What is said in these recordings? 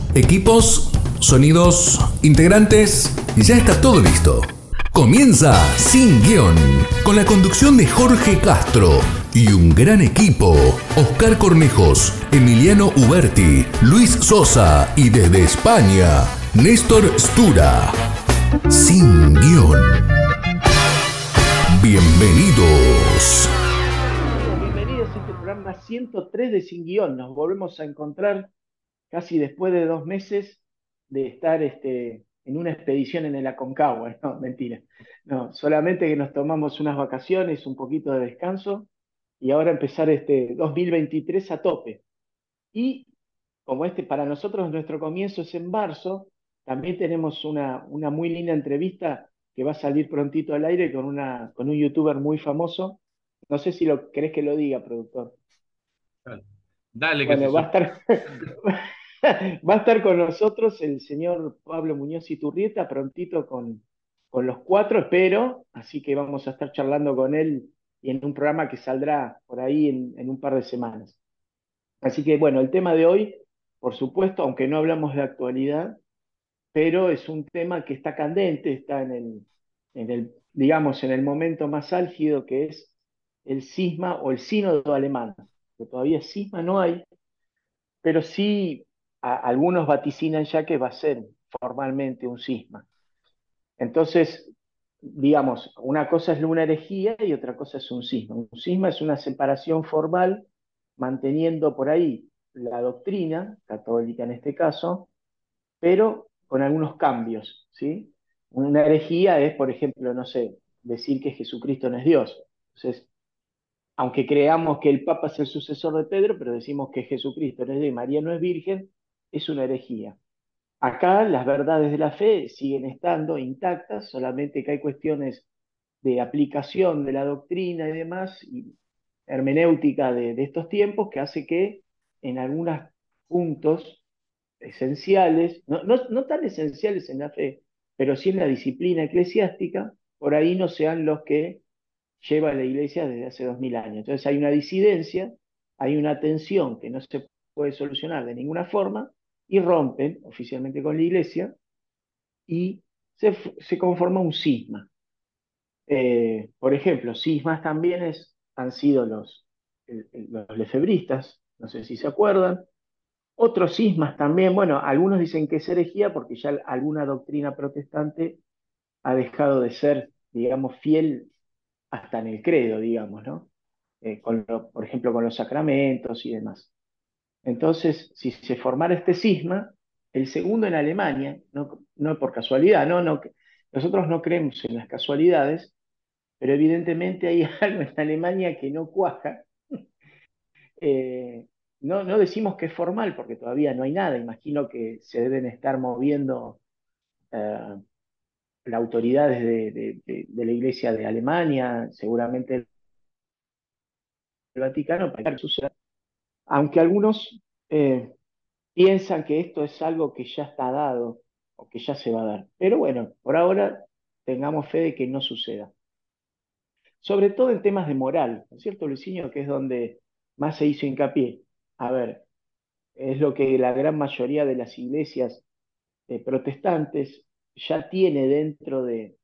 Equipos, sonidos, integrantes, ya está todo listo. Comienza Sin Guión, con la conducción de Jorge Castro y un gran equipo: Oscar Cornejos, Emiliano Uberti, Luis Sosa y desde España, Néstor Stura. Sin Guión. Bienvenidos. Bienvenidos a este programa 103 de Sin Guión. Nos volvemos a encontrar casi después de 2 meses de estar en una expedición en el Aconcagua. No, mentira. No, solamente que nos tomamos unas vacaciones, un poquito de descanso y ahora empezar este 2023 a tope. Y como para nosotros nuestro comienzo es en marzo, también tenemos una muy linda entrevista que va a salir prontito al aire con un youtuber muy famoso. No sé si lo querés que lo diga, productor. Dale, que se Bueno, va a estar, va a estar con nosotros el señor Pablo Muñoz Iturrieta prontito con los cuatro, espero, así que vamos a estar charlando con él y en un programa que saldrá por ahí en un par de semanas. Así que bueno, el tema de hoy, por supuesto, aunque no hablamos de actualidad, pero es un tema que está candente, está digamos, en el momento más álgido, que es el cisma o el sínodo alemán, que todavía cisma no hay, pero sí algunos vaticinan ya que va a ser formalmente un cisma. Entonces, digamos, una cosa es una herejía y otra cosa es un cisma. Un cisma es una separación formal manteniendo por ahí la doctrina, católica en este caso, pero con algunos cambios, ¿sí? Una herejía es, por ejemplo, no sé, decir que Jesucristo no es Dios. Entonces, aunque creamos que el Papa es el sucesor de Pedro, pero decimos que Jesucristo no es Dios y María no es virgen, es una herejía. Acá las verdades de la fe siguen estando intactas, solamente que hay cuestiones de aplicación de la doctrina y demás, y hermenéutica de estos tiempos, que hace que en algunos puntos esenciales, no tan esenciales en la fe, pero sí en la disciplina eclesiástica, por ahí no sean los que lleva la iglesia desde hace 2000 años. Entonces hay una disidencia, hay una tensión que no se puede solucionar de ninguna forma y rompen oficialmente con la iglesia y se conforma un cisma. Por ejemplo, cismas también han sido los lefebristas, no sé si se acuerdan. Otros cismas también, bueno, algunos dicen que es herejía porque ya alguna doctrina protestante ha dejado de ser, digamos, fiel hasta en el credo, digamos, ¿no? Por ejemplo, con los sacramentos y demás. Entonces, si se formara este cisma, el segundo en Alemania, no por casualidad, nosotros no creemos en las casualidades, pero evidentemente hay algo en Alemania que no cuaja. Eh, no decimos que es formal, porque todavía no hay nada. Imagino que se deben estar moviendo eh, las autoridades de la Iglesia de Alemania, seguramente el Vaticano, para que suceda. Aunque algunos piensan que esto es algo que ya está dado o que ya se va a dar. Pero bueno, por ahora tengamos fe de que no suceda. Sobre todo en temas de moral, ¿no es cierto, Luisinho? Que es donde más se hizo hincapié. A ver, es lo que la gran mayoría de las iglesias protestantes ya tiene dentro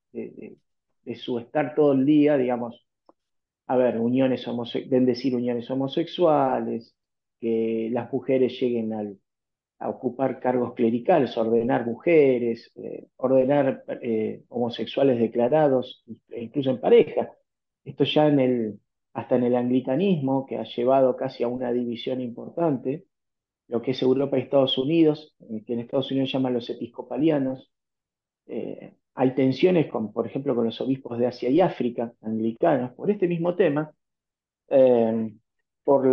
de su estar todo el día, digamos, a ver, ven decir uniones homosexuales, que las mujeres lleguen a ocupar cargos clericales, ordenar mujeres, ordenar homosexuales declarados, e incluso en pareja. Esto ya hasta en el anglicanismo, que ha llevado casi a una división importante, lo que es Europa y Estados Unidos, que en Estados Unidos llaman los episcopalianos. Hay tensiones, por ejemplo, con los obispos de Asia y África, anglicanos, por este mismo tema, eh, por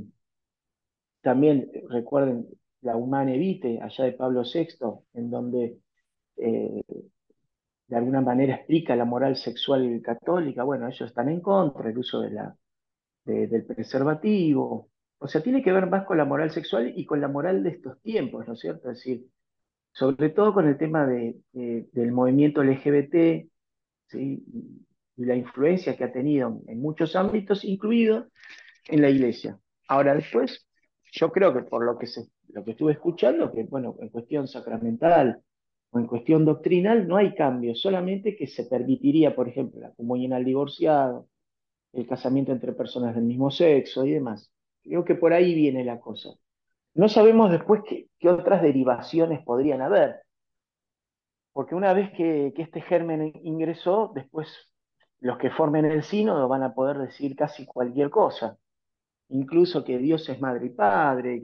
también recuerden la Humane Vitae, allá de Pablo VI, en donde eh, de alguna manera explica la moral sexual católica. Bueno, ellos están en contra del uso del preservativo. O sea, tiene que ver más con la moral sexual y con la moral de estos tiempos, ¿no es cierto? Es decir, sobre todo con el tema del movimiento LGBT, ¿sí? Y la influencia que ha tenido en muchos ámbitos, incluido en la iglesia. Ahora, después, yo creo que por lo que lo que estuve escuchando, que bueno, en cuestión sacramental o en cuestión doctrinal no hay cambio, solamente que se permitiría, por ejemplo, la comunión al divorciado, el casamiento entre personas del mismo sexo y demás. Creo que por ahí viene la cosa. No sabemos después qué otras derivaciones podrían haber, porque una vez que este germen ingresó, después los que formen el sínodo van a poder decir casi cualquier cosa, incluso que Dios es madre y padre,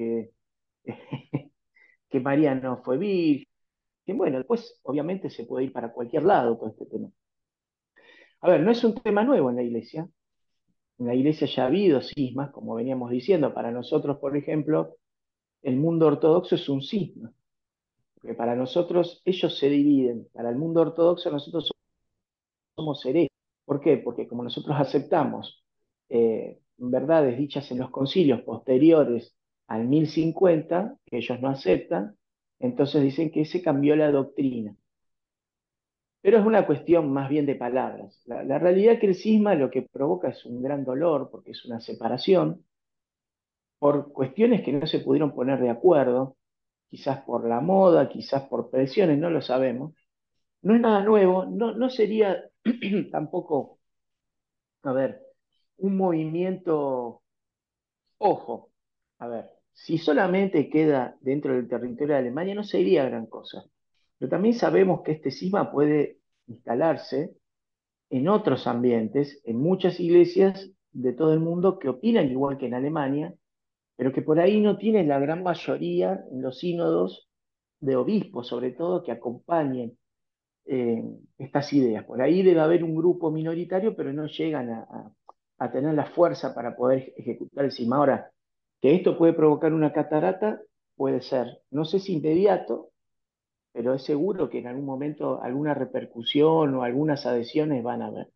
que María no fue virgen. Bueno, después obviamente se puede ir para cualquier lado todo este tema. A ver, no es un tema nuevo en la iglesia. En la iglesia ya ha habido cismas, como veníamos diciendo. Para nosotros, por ejemplo, el mundo ortodoxo es un cisma, porque para nosotros ellos se dividen. Para el mundo ortodoxo nosotros somos herejes. ¿Por qué? Porque como nosotros aceptamos verdades dichas en los concilios posteriores al 1050, que ellos no aceptan, entonces dicen que se cambió la doctrina. Pero es una cuestión más bien de palabras. La realidad es que el cisma lo que provoca es un gran dolor, porque es una separación, por cuestiones que no se pudieron poner de acuerdo, quizás por la moda, quizás por presiones, no lo sabemos. No es nada nuevo, no sería tampoco, a ver, un movimiento, ojo, a ver, si solamente queda dentro del territorio de Alemania no sería gran cosa. Pero también sabemos que este cisma puede instalarse en otros ambientes, en muchas iglesias de todo el mundo que opinan igual que en Alemania, pero que por ahí no tienen la gran mayoría en los sínodos de obispos, sobre todo, que acompañen eh, estas ideas. Por ahí debe haber un grupo minoritario, pero no llegan a tener la fuerza para poder ejecutar el cisma. Ahora, que esto puede provocar una catarata, puede ser. No sé si inmediato, pero es seguro que en algún momento alguna repercusión o algunas adhesiones van a haber.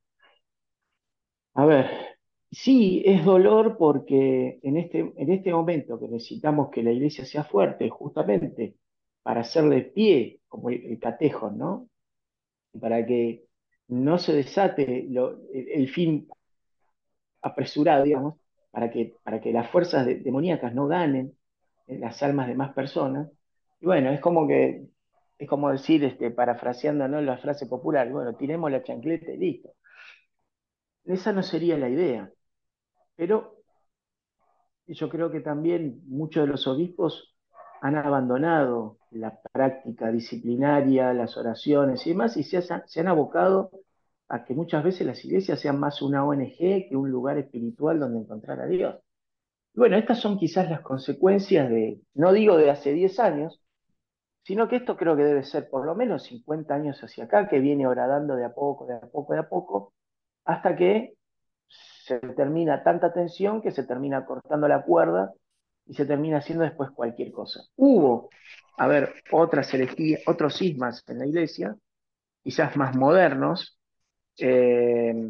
A ver, sí, es dolor porque en este momento que necesitamos que la iglesia sea fuerte, justamente para hacerle pie, como el catejo, ¿no? Para que no se desate el fin apresurado, digamos, para que las fuerzas demoníacas no ganen las almas de más personas. Y bueno, es como decir, parafraseando, ¿no?, la frase popular, bueno, tiremos la chancleta y listo. Esa no sería la idea, pero yo creo que también muchos de los obispos han abandonado la práctica disciplinaria, las oraciones y demás, y se han abocado a que muchas veces las iglesias sean más una ONG que un lugar espiritual donde encontrar a Dios. Bueno, estas son quizás las consecuencias de, no digo de hace 10 años, sino que esto creo que debe ser por lo menos 50 años hacia acá, que viene horadando de a poco, de a poco, de a poco, hasta que se termina tanta tensión que se termina cortando la cuerda y se termina haciendo después cualquier cosa. Hubo, a ver, otras herejías, otros cismas en la iglesia, quizás más modernos. Eh,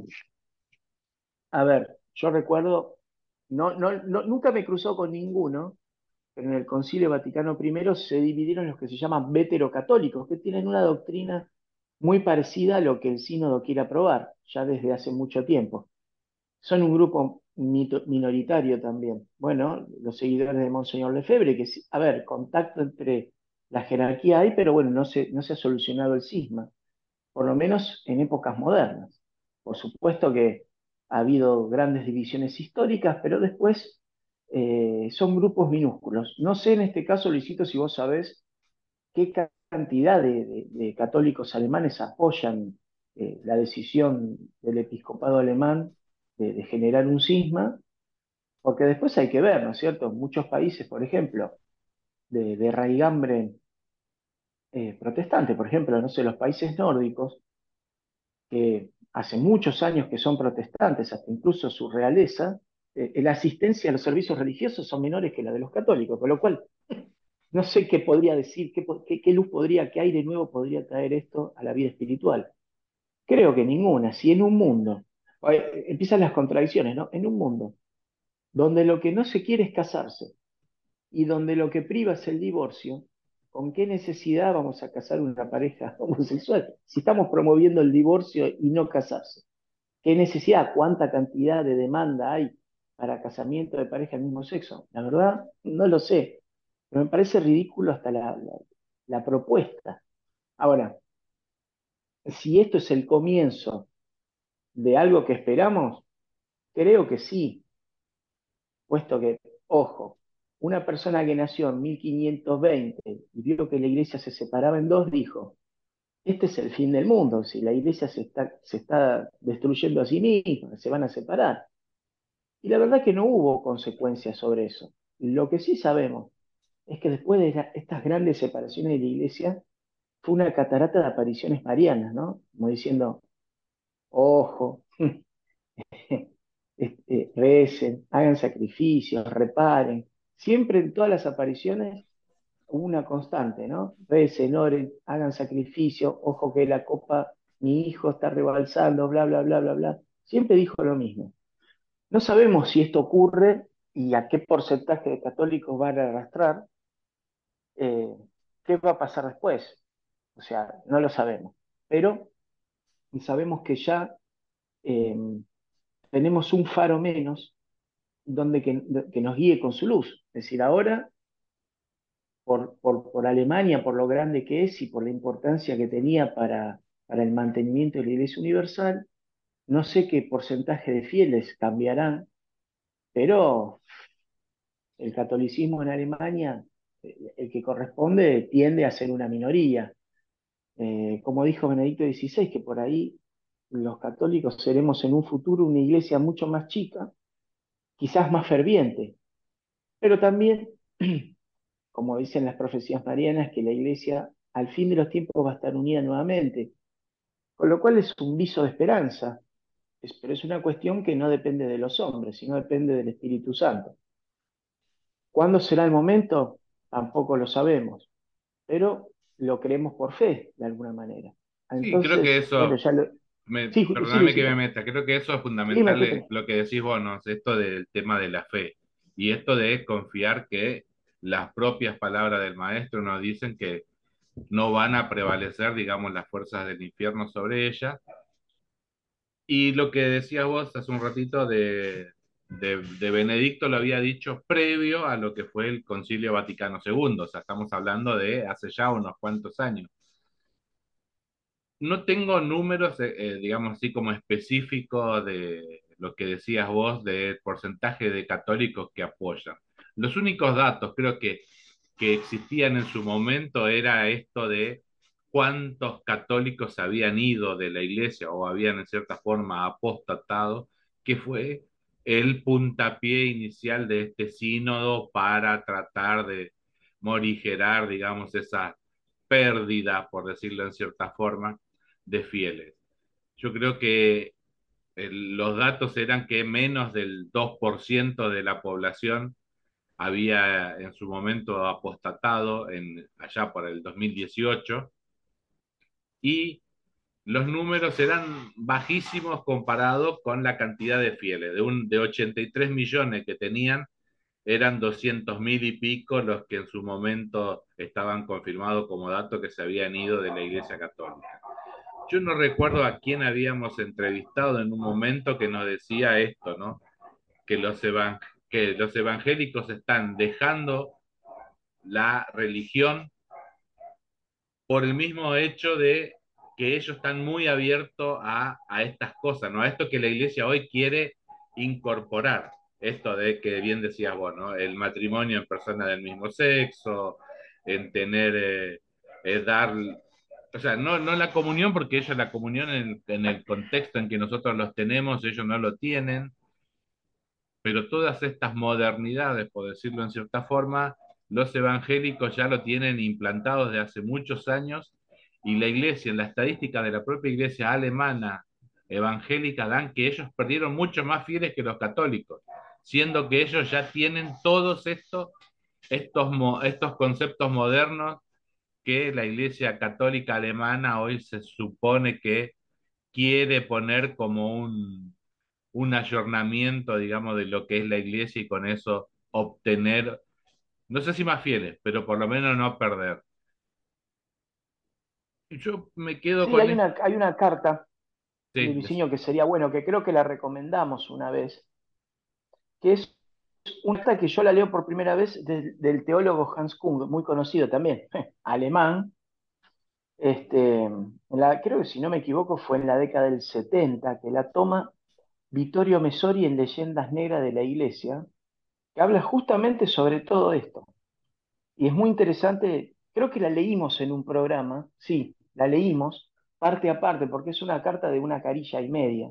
a ver, yo recuerdo, nunca me cruzó con ninguno, pero en el Concilio Vaticano I se dividieron los que se llaman veterocatólicos, que tienen una doctrina muy parecida a lo que el sínodo quiere aprobar, ya desde hace mucho tiempo. Son un grupo minoritario también. Bueno, los seguidores de Monseñor Lefebvre, que, a ver, contacto entre la jerarquía hay, pero bueno, no se ha solucionado el cisma, por lo menos en épocas modernas. Por supuesto que ha habido grandes divisiones históricas, pero después son grupos minúsculos. No sé en este caso, Luisito, si vos sabés qué cantidad de católicos alemanes apoyan la decisión del episcopado alemán de generar un cisma, porque después hay que ver, ¿no es cierto? Muchos países, por ejemplo, de raigambre protestante, por ejemplo, no sé, los países nórdicos, que hace muchos años que son protestantes, hasta incluso su realeza, la asistencia a los servicios religiosos son menores que la de los católicos, con lo cual no sé qué podría decir, qué luz podría, qué aire nuevo podría traer esto a la vida espiritual. Creo que ninguna. Si en un mundo, empiezan las contradicciones, ¿no? En un mundo donde lo que no se quiere es casarse y donde lo que priva es el divorcio, ¿con qué necesidad vamos a casar una pareja homosexual si estamos promoviendo el divorcio y no casarse? ¿Qué necesidad, cuánta cantidad de demanda hay para casamiento de pareja del mismo sexo? La verdad, no lo sé. pero me parece ridículo hasta la propuesta. Ahora, si esto es el comienzo de algo que esperamos, creo que sí, puesto que, ojo, una persona que nació en 1520 y vio que la iglesia se separaba en dos, dijo, este es el fin del mundo, si la iglesia se está destruyendo a sí misma, se van a separar. Y la verdad que no hubo consecuencias sobre eso. Lo que sí sabemos es que después de estas grandes separaciones de la iglesia, fue una catarata de apariciones marianas, ¿no? Como diciendo, ojo, recen, hagan sacrificios, reparen. Siempre en todas las apariciones hubo una constante, ¿no? Recen, oren, hagan sacrificio, ojo que la copa, mi hijo está rebalsando, bla, bla, bla, bla, bla. Siempre dijo lo mismo. No sabemos si esto ocurre y a qué porcentaje de católicos van a arrastrar, eh, qué va a pasar después. O sea, no lo sabemos. Pero sabemos que ya eh, tenemos un faro menos donde que nos guíe con su luz. Es decir, ahora, por Alemania, por lo grande que es y por la importancia que tenía para el mantenimiento de la Iglesia Universal, no sé qué porcentaje de fieles cambiarán, pero el catolicismo en Alemania, el que corresponde, tiende a ser una minoría. Como dijo Benedicto XVI, que por ahí los católicos seremos en un futuro una iglesia mucho más chica, quizás más ferviente, pero también, como dicen las profecías marianas, que la iglesia al fin de los tiempos va a estar unida nuevamente, con lo cual es un viso de esperanza, pero es una cuestión que no depende de los hombres, sino depende del Espíritu Santo. ¿Cuándo será el momento? Tampoco lo sabemos, pero lo creemos por fe, de alguna manera. Sí, creo que Entonces, bueno, eso, ya lo... Sí, sí, perdóname que me Luisito. meta, creo que eso es Sí, fundamental, métete. lo que decís vos, ¿no? Esto del tema de la fe y esto de confiar que las propias palabras del maestro nos dicen que no van a prevalecer, digamos, las fuerzas del infierno sobre ella. Y lo que decías vos hace un ratito de Benedicto lo había dicho previo a lo que fue el Concilio Vaticano II, o sea, estamos hablando de hace ya unos cuantos años. No tengo números, digamos así, como específicos de lo que decías vos de porcentaje de católicos que apoyan. Los únicos datos creo que existían en su momento era esto de cuántos católicos habían ido de la iglesia o habían en cierta forma apostatado, que fue el puntapié inicial de este sínodo para tratar de morigerar, digamos, esa pérdida, por decirlo en cierta forma, de fieles. Yo creo que los datos eran que menos del 2% de la población había en su momento apostatado allá por el 2018 y los números eran bajísimos comparado con la cantidad de fieles. De 83 millones que tenían, eran 200.000 y pico los que en su momento estaban confirmados como datos que se habían ido de la Iglesia Católica. Yo no recuerdo a quién habíamos entrevistado en un momento que nos decía esto, ¿no? Que que los evangélicos están dejando la religión por el mismo hecho de que ellos están muy abiertos a estas cosas, ¿no? A esto que la iglesia hoy quiere incorporar, esto de que bien decías vos, ¿no? El matrimonio en personas del mismo sexo, en tener, dar, o sea, no la comunión, porque ellos la comunión en el contexto en que nosotros los tenemos, ellos no lo tienen, pero todas estas modernidades, por decirlo en cierta forma, los evangélicos ya lo tienen implantado desde hace muchos años y la iglesia, en la estadística de la propia iglesia alemana evangélica, dan que ellos perdieron mucho más fieles que los católicos, siendo que ellos ya tienen todos estos conceptos modernos que la iglesia católica alemana hoy se supone que quiere poner como un ayornamiento, digamos, de lo que es la iglesia y con eso obtener, no sé si más fieles, pero por lo menos no perder. Yo me quedo Sí, con hay esto. una carta de Sí, Luisinho que sería bueno, que creo que la recomendamos una vez, que es una carta que yo la leo por primera vez del teólogo Hans Kung, muy conocido también, alemán. Creo que si no me equivoco fue en la década del 70 que la toma Vittorio Messori en Leyendas Negras de la Iglesia, que habla justamente sobre todo esto. Y es muy interesante, creo que la leímos en un programa, sí, la leímos parte a parte, porque es una carta de una carilla y media,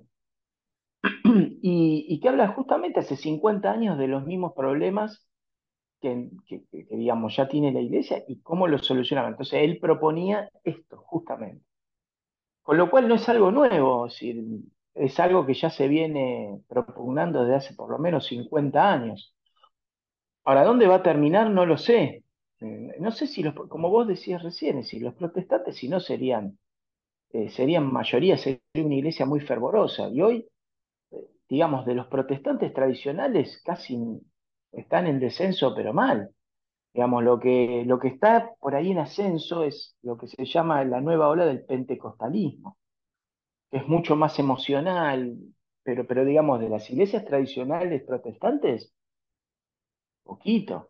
y que habla justamente hace 50 años de los mismos problemas digamos, ya tiene la iglesia y cómo lo solucionaba. Entonces él proponía esto, justamente. Con lo cual no es algo nuevo, es algo que ya se viene propugnando desde hace por lo menos 50 años. Ahora, ¿dónde va a terminar? No lo sé. No sé si como vos decías recién, si los protestantes, si no serían mayoría, sería una iglesia muy fervorosa. Y hoy, digamos, de los protestantes tradicionales casi están en descenso, pero mal. Digamos, lo que está por ahí en ascenso es lo que se llama la nueva ola del pentecostalismo, que es mucho más emocional, pero digamos, de las iglesias tradicionales protestantes, poquito.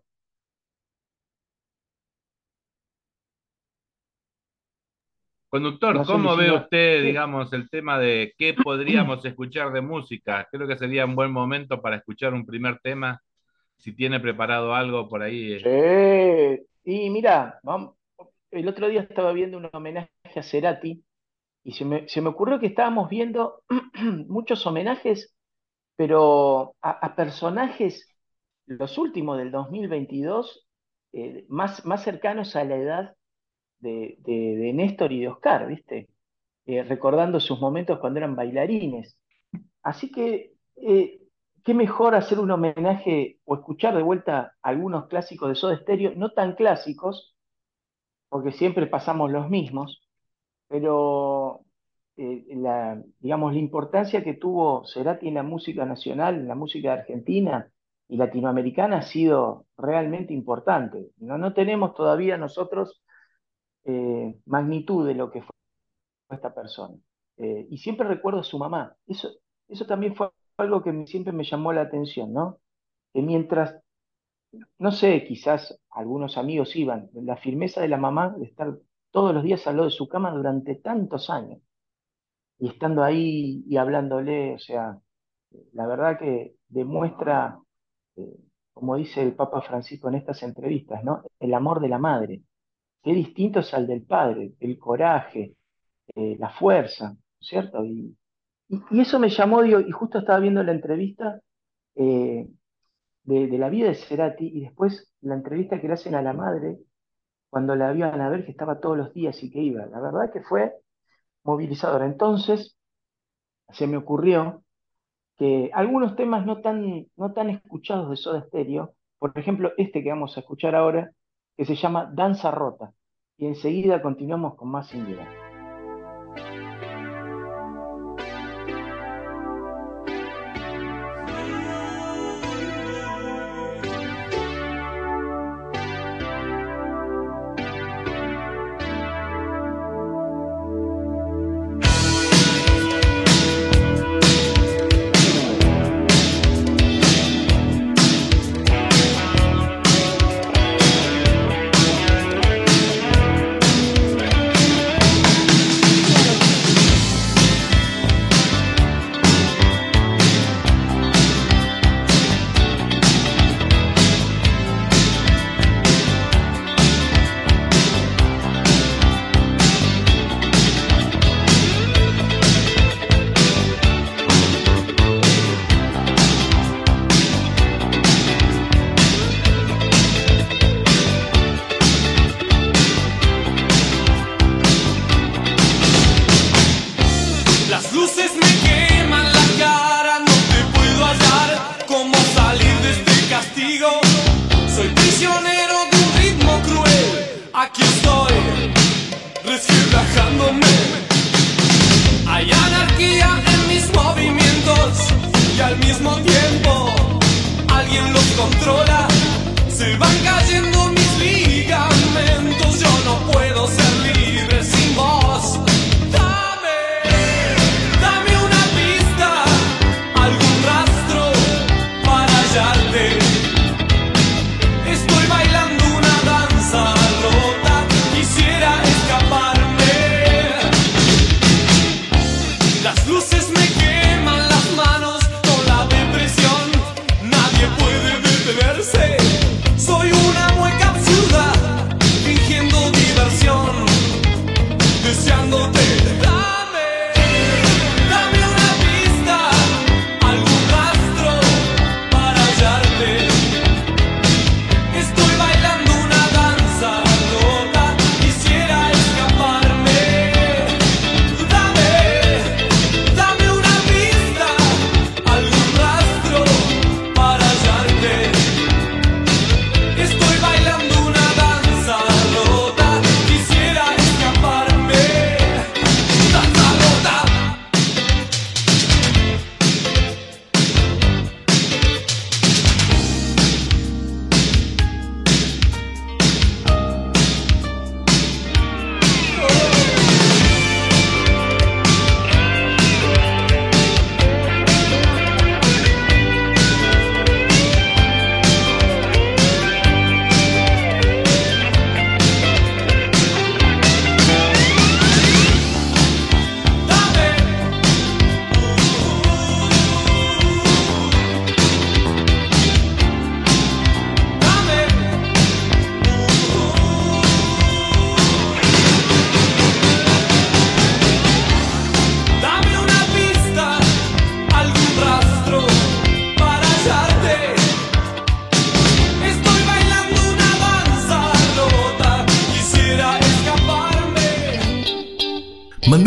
Conductor, No sé, ¿cómo ve Luisino. usted, Sí. digamos, el tema de qué podríamos escuchar de música? Creo que sería un buen momento para escuchar un primer tema, si tiene preparado algo por ahí. Sí. Y mira, el otro día estaba viendo un homenaje a Cerati y se me ocurrió que estábamos viendo muchos homenajes, pero a personajes, los últimos del 2022, más cercanos a la edad de Néstor y de Oscar, ¿viste? Recordando sus momentos cuando eran bailarines. Así que, qué mejor hacer un homenaje o escuchar de vuelta algunos clásicos de Soda Stereo, no tan clásicos, porque siempre pasamos los mismos, pero digamos, la importancia que tuvo Cerati en la música nacional, en la música de Argentina y latinoamericana ha sido realmente importante. No tenemos todavía nosotros magnitud de lo que fue esta persona. Y siempre recuerdo a su mamá. Eso también fue algo que siempre me llamó la atención, ¿no? Que mientras, no sé, quizás algunos amigos iban, la firmeza de la mamá de estar todos los días al lado de su cama durante tantos años y estando ahí y hablándole, o sea, la verdad que demuestra, eh, como dice el Papa Francisco en estas entrevistas, ¿no? El amor de la madre. Qué distinto es al del padre, el coraje, la fuerza, ¿cierto? Y eso me llamó, digo, y justo estaba viendo la entrevista de la vida de Cerati y después la entrevista que le hacen a la madre cuando la iban a ver que estaba todos los días y que iba. La verdad que fue movilizador. Entonces se me ocurrió que algunos temas no tan escuchados de Soda Stereo, por ejemplo, este que vamos a escuchar ahora, que se llama Danza Rota, y enseguida continuamos con más Sin Guión.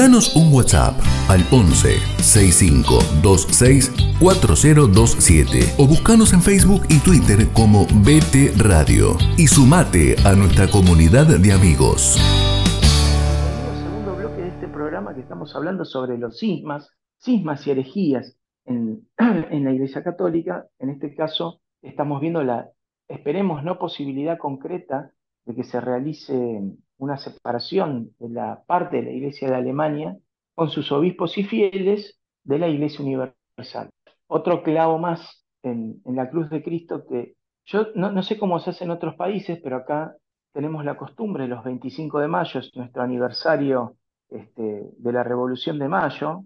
Mandanos un WhatsApp al 11 65 26 4027 o buscanos en Facebook y Twitter como BT Radio y sumate a nuestra comunidad de amigos. Segundo bloque de este programa que estamos hablando sobre los cismas y herejías en la Iglesia Católica. En este caso estamos viendo esperemos, no posibilidad concreta de que se realice una separación de la parte de la Iglesia de Alemania con sus obispos y fieles de la Iglesia Universal. Otro clavo más en la cruz de Cristo que yo no sé cómo se hace en otros países, pero acá tenemos la costumbre, los 25 de mayo, es nuestro aniversario de la Revolución de Mayo,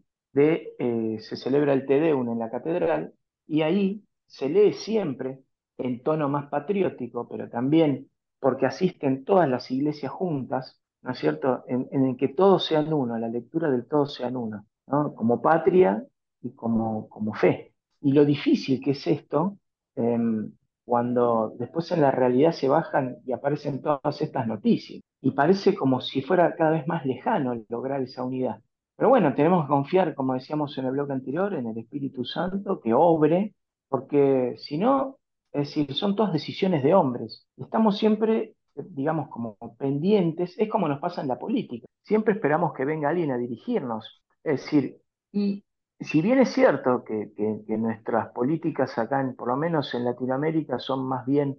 se celebra el Te Deum en la catedral, y ahí se lee siempre en tono más patriótico, pero también porque asisten todas las iglesias juntas, ¿no es cierto?, en el que todos sean uno, la lectura del todos sean uno, ¿no?, como patria y como fe. Y lo difícil que es esto, eh, cuando después en la realidad se bajan y aparecen todas estas noticias, y parece como si fuera cada vez más lejano lograr esa unidad. Pero bueno, tenemos que confiar, como decíamos en el bloque anterior, en el Espíritu Santo, que obre, porque si no, es decir, son todas decisiones de hombres. Estamos siempre, digamos, como pendientes, es como nos pasa en la política. Siempre esperamos que venga alguien a dirigirnos. Es decir, y si bien es cierto que nuestras políticas acá, por lo menos en Latinoamérica, son más bien,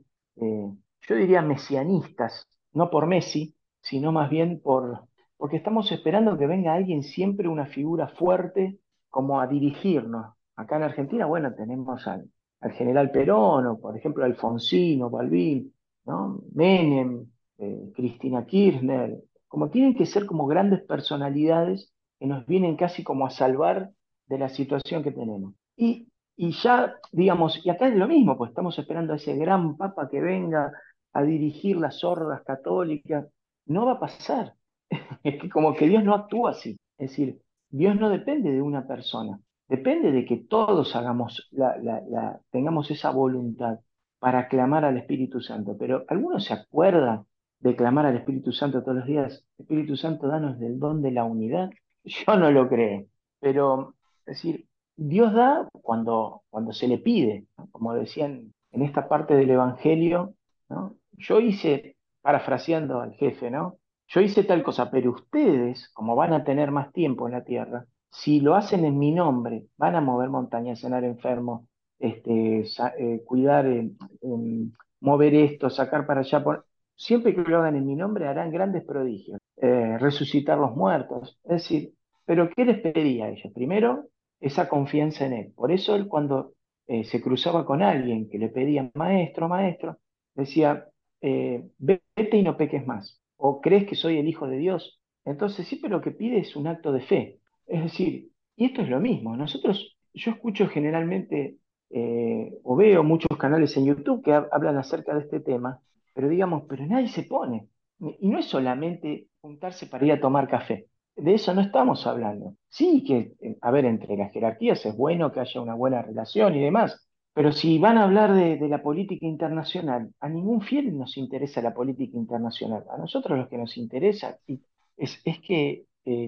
yo diría, mesianistas, no por Messi, sino más bien porque estamos esperando que venga alguien siempre, una figura fuerte, como a dirigirnos. Acá en Argentina, bueno, tenemos al general Perón, o por ejemplo Alfonsín o Balbín, ¿no? Menem, Cristina Kirchner, como tienen que ser como grandes personalidades que nos vienen casi como a salvar de la situación que tenemos. Y ya, digamos, y acá es lo mismo, pues estamos esperando a ese gran papa que venga a dirigir las hordas católicas. No va a pasar. Es que como que Dios no actúa así. Es decir, Dios no depende de una persona. Depende de que todos hagamos tengamos esa voluntad para clamar al Espíritu Santo. Pero ¿alguno se acuerda de clamar al Espíritu Santo todos los días? Espíritu Santo, danos del don de la unidad. Yo no lo creo. Pero, es decir, Dios da cuando se le pide, ¿no? Como decían en esta parte del Evangelio, ¿no? Yo hice, parafraseando al jefe, ¿no? Yo hice tal cosa, pero ustedes, como van a tener más tiempo en la tierra, si lo hacen en mi nombre, van a mover montañas, sanar enfermos, cuidar, mover esto, sacar para allá. Siempre que lo hagan en mi nombre, harán grandes prodigios, resucitar los muertos. Es decir, pero ¿qué les pedía a ellos? Primero, esa confianza en él. Por eso él cuando se cruzaba con alguien que le pedía, maestro, maestro, decía, vete y no peques más. ¿O crees que soy el Hijo de Dios? Entonces siempre lo que pide es un acto de fe. Es decir, y esto es lo mismo. Yo escucho generalmente o veo muchos canales en YouTube que hablan acerca de este tema, pero digamos, pero nadie se pone. Y no es solamente juntarse para ir a tomar café. De eso no estamos hablando. Sí que, a ver, entre las jerarquías es bueno que haya una buena relación y demás, pero si van a hablar de la política internacional, a ningún fiel nos interesa la política internacional. A nosotros lo que nos interesa es que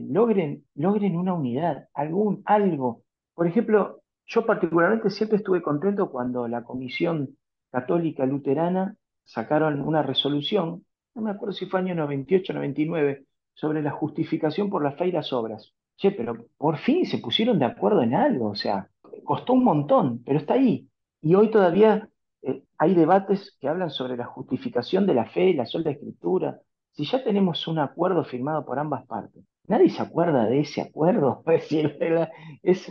logren una unidad, algo. Por ejemplo, yo particularmente siempre estuve contento cuando la Comisión Católica Luterana sacaron una resolución, no me acuerdo si fue año 98 o 99, sobre la justificación por la fe y las obras. Che, pero por fin se pusieron de acuerdo en algo, o sea, costó un montón, pero está ahí. Y hoy todavía hay debates que hablan sobre la justificación de la fe, la sola escritura. Si ya tenemos un acuerdo firmado por ambas partes, nadie se acuerda de ese acuerdo. Es decir, es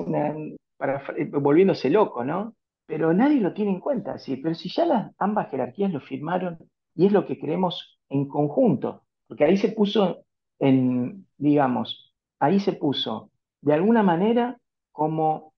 volviéndose loco, ¿no? Pero nadie lo tiene en cuenta, sí. Pero si ya ambas jerarquías lo firmaron y es lo que creemos en conjunto, porque ahí se puso digamos, ahí se puso de alguna manera como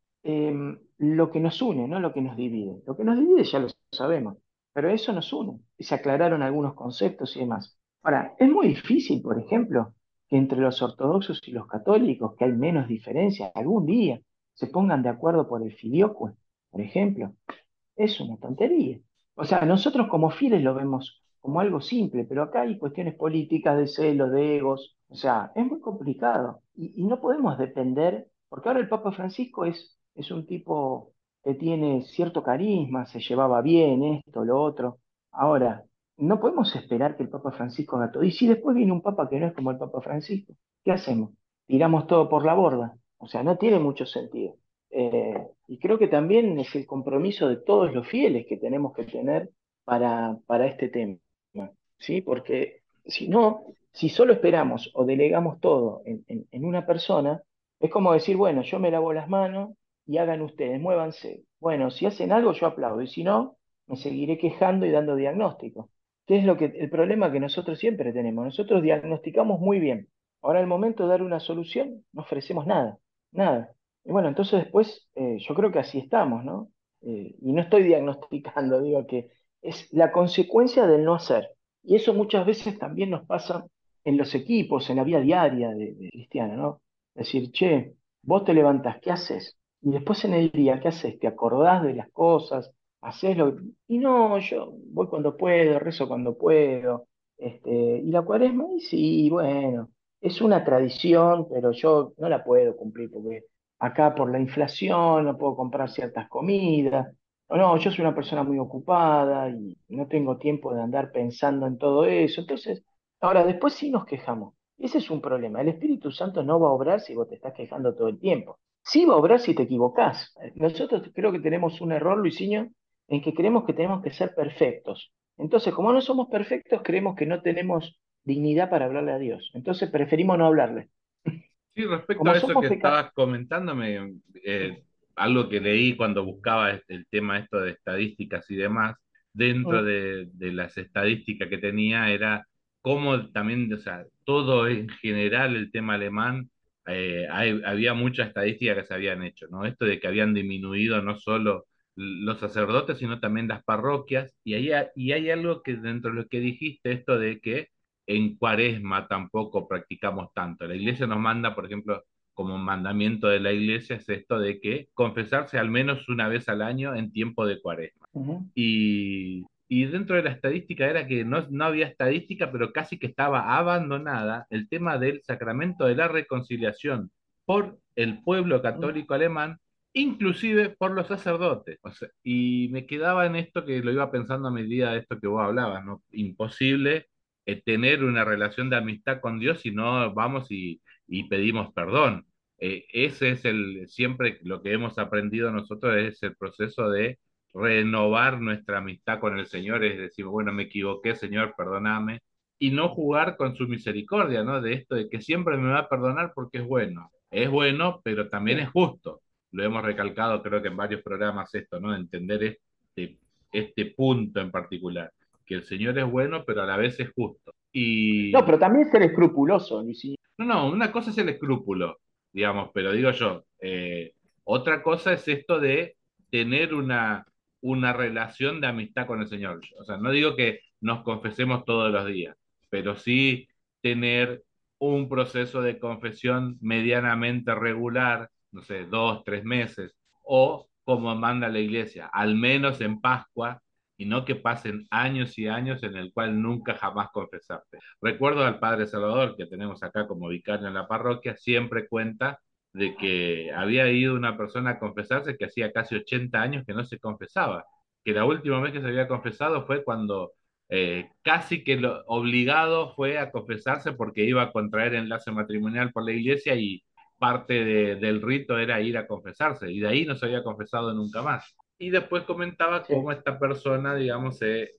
lo que nos une, no lo que nos divide. Lo que nos divide ya lo sabemos, pero eso nos une. Y se aclararon algunos conceptos y demás. Ahora, es muy difícil, por ejemplo, que entre los ortodoxos y los católicos, que hay menos diferencia, algún día se pongan de acuerdo por el filioque, por ejemplo. Es una tontería. O sea, nosotros como fieles lo vemos como algo simple, pero acá hay cuestiones políticas, de celos, de egos, o sea, es muy complicado y no podemos depender, porque ahora el Papa Francisco es un tipo que tiene cierto carisma, se llevaba bien, esto, lo otro. Ahora, no podemos esperar que el Papa Francisco haga todo. Y si después viene un Papa que no es como el Papa Francisco, ¿qué hacemos? Tiramos todo por la borda. O sea, no tiene mucho sentido. Y creo que también es el compromiso de todos los fieles que tenemos que tener para este tema, ¿sí? Porque si no, si solo esperamos o delegamos todo en una persona, es como decir, bueno, yo me lavo las manos y hagan ustedes, muévanse. Bueno, si hacen algo yo aplaudo y si no, me seguiré quejando y dando diagnóstico. ¿Qué es el problema que nosotros siempre tenemos? Nosotros diagnosticamos muy bien. Ahora, al momento de dar una solución, no ofrecemos nada, nada. Y bueno, entonces después yo creo que así estamos, ¿no? Y no estoy diagnosticando, digo que es la consecuencia del no hacer. Y eso muchas veces también nos pasa en los equipos, en la vida diaria de Cristiano, ¿no? Decir, che, vos te levantás, ¿qué haces? Y después en el día, ¿qué haces? ¿Te acordás de las cosas? ¿Haces lo? Y no, yo voy cuando puedo, rezo cuando puedo. Y la cuaresma, y sí, bueno, es una tradición, pero yo no la puedo cumplir porque acá por la inflación no puedo comprar ciertas comidas. O no, yo soy una persona muy ocupada y no tengo tiempo de andar pensando en todo eso. Entonces, ahora después sí nos quejamos. Ese es un problema. El Espíritu Santo no va a obrar si vos te estás quejando todo el tiempo. Sí va a obrar si te equivocás. Nosotros creo que tenemos un error, Luisinho, en que creemos que tenemos que ser perfectos. Entonces, como no somos perfectos, creemos que no tenemos dignidad para hablarle a Dios. Entonces preferimos no hablarle. Sí, respecto Como a eso somos que pecadores. estabas comentándome, algo que leí cuando buscaba el tema esto de estadísticas y demás, dentro de las estadísticas que tenía era cómo también, o sea, todo en general el tema alemán, había mucha estadística que se habían hecho, ¿no? Esto de que habían disminuido no solo los sacerdotes, sino también las parroquias, y hay algo que dentro de lo que dijiste, esto de que en Cuaresma tampoco practicamos tanto. La iglesia nos manda, por ejemplo, como mandamiento de la iglesia es esto de que confesarse al menos una vez al año en tiempo de Cuaresma. Ujú, Y dentro de la estadística era que no había estadística, pero casi que estaba abandonada el tema del sacramento de la reconciliación por el pueblo ujú. católico alemán, inclusive por los sacerdotes. O sea, y me quedaba en esto que lo iba pensando a medida de esto que vos hablabas, ¿no? Imposible tener una relación de amistad con Dios si no vamos y pedimos perdón. Ese es siempre lo que hemos aprendido nosotros es el proceso de renovar nuestra amistad con el Señor, es decir, bueno, me equivoqué, Señor, perdóname, y no jugar con su misericordia, ¿no? De esto de que siempre me va a perdonar porque es bueno, pero también es Sí. justo. Lo hemos recalcado creo que en varios programas esto, ¿no? Entender este punto en particular, que el Señor es bueno, pero a la vez es justo. No, Y pero también ser escrupuloso, Luisinho. no, una cosa es el escrúpulo, digamos, pero digo yo, otra cosa es esto de tener una relación de amistad con el Señor. O sea, no digo que nos confesemos todos los días, pero sí tener un proceso de confesión medianamente regular, no sé, 2, 3 meses, o como manda la iglesia, al menos en Pascua, y no que pasen años y años en el cual nunca jamás confesarte. Recuerdo al Padre Salvador, que tenemos acá como vicario en la parroquia, siempre cuenta de que había ido una persona a confesarse que hacía casi 80 años que no se confesaba, que la última vez que se había confesado fue cuando casi que lo obligado fue a confesarse porque iba a contraer enlace matrimonial por la iglesia y parte del rito era ir a confesarse y de ahí no se había confesado nunca más. Y después comentaba Sí. cómo esta persona, digamos,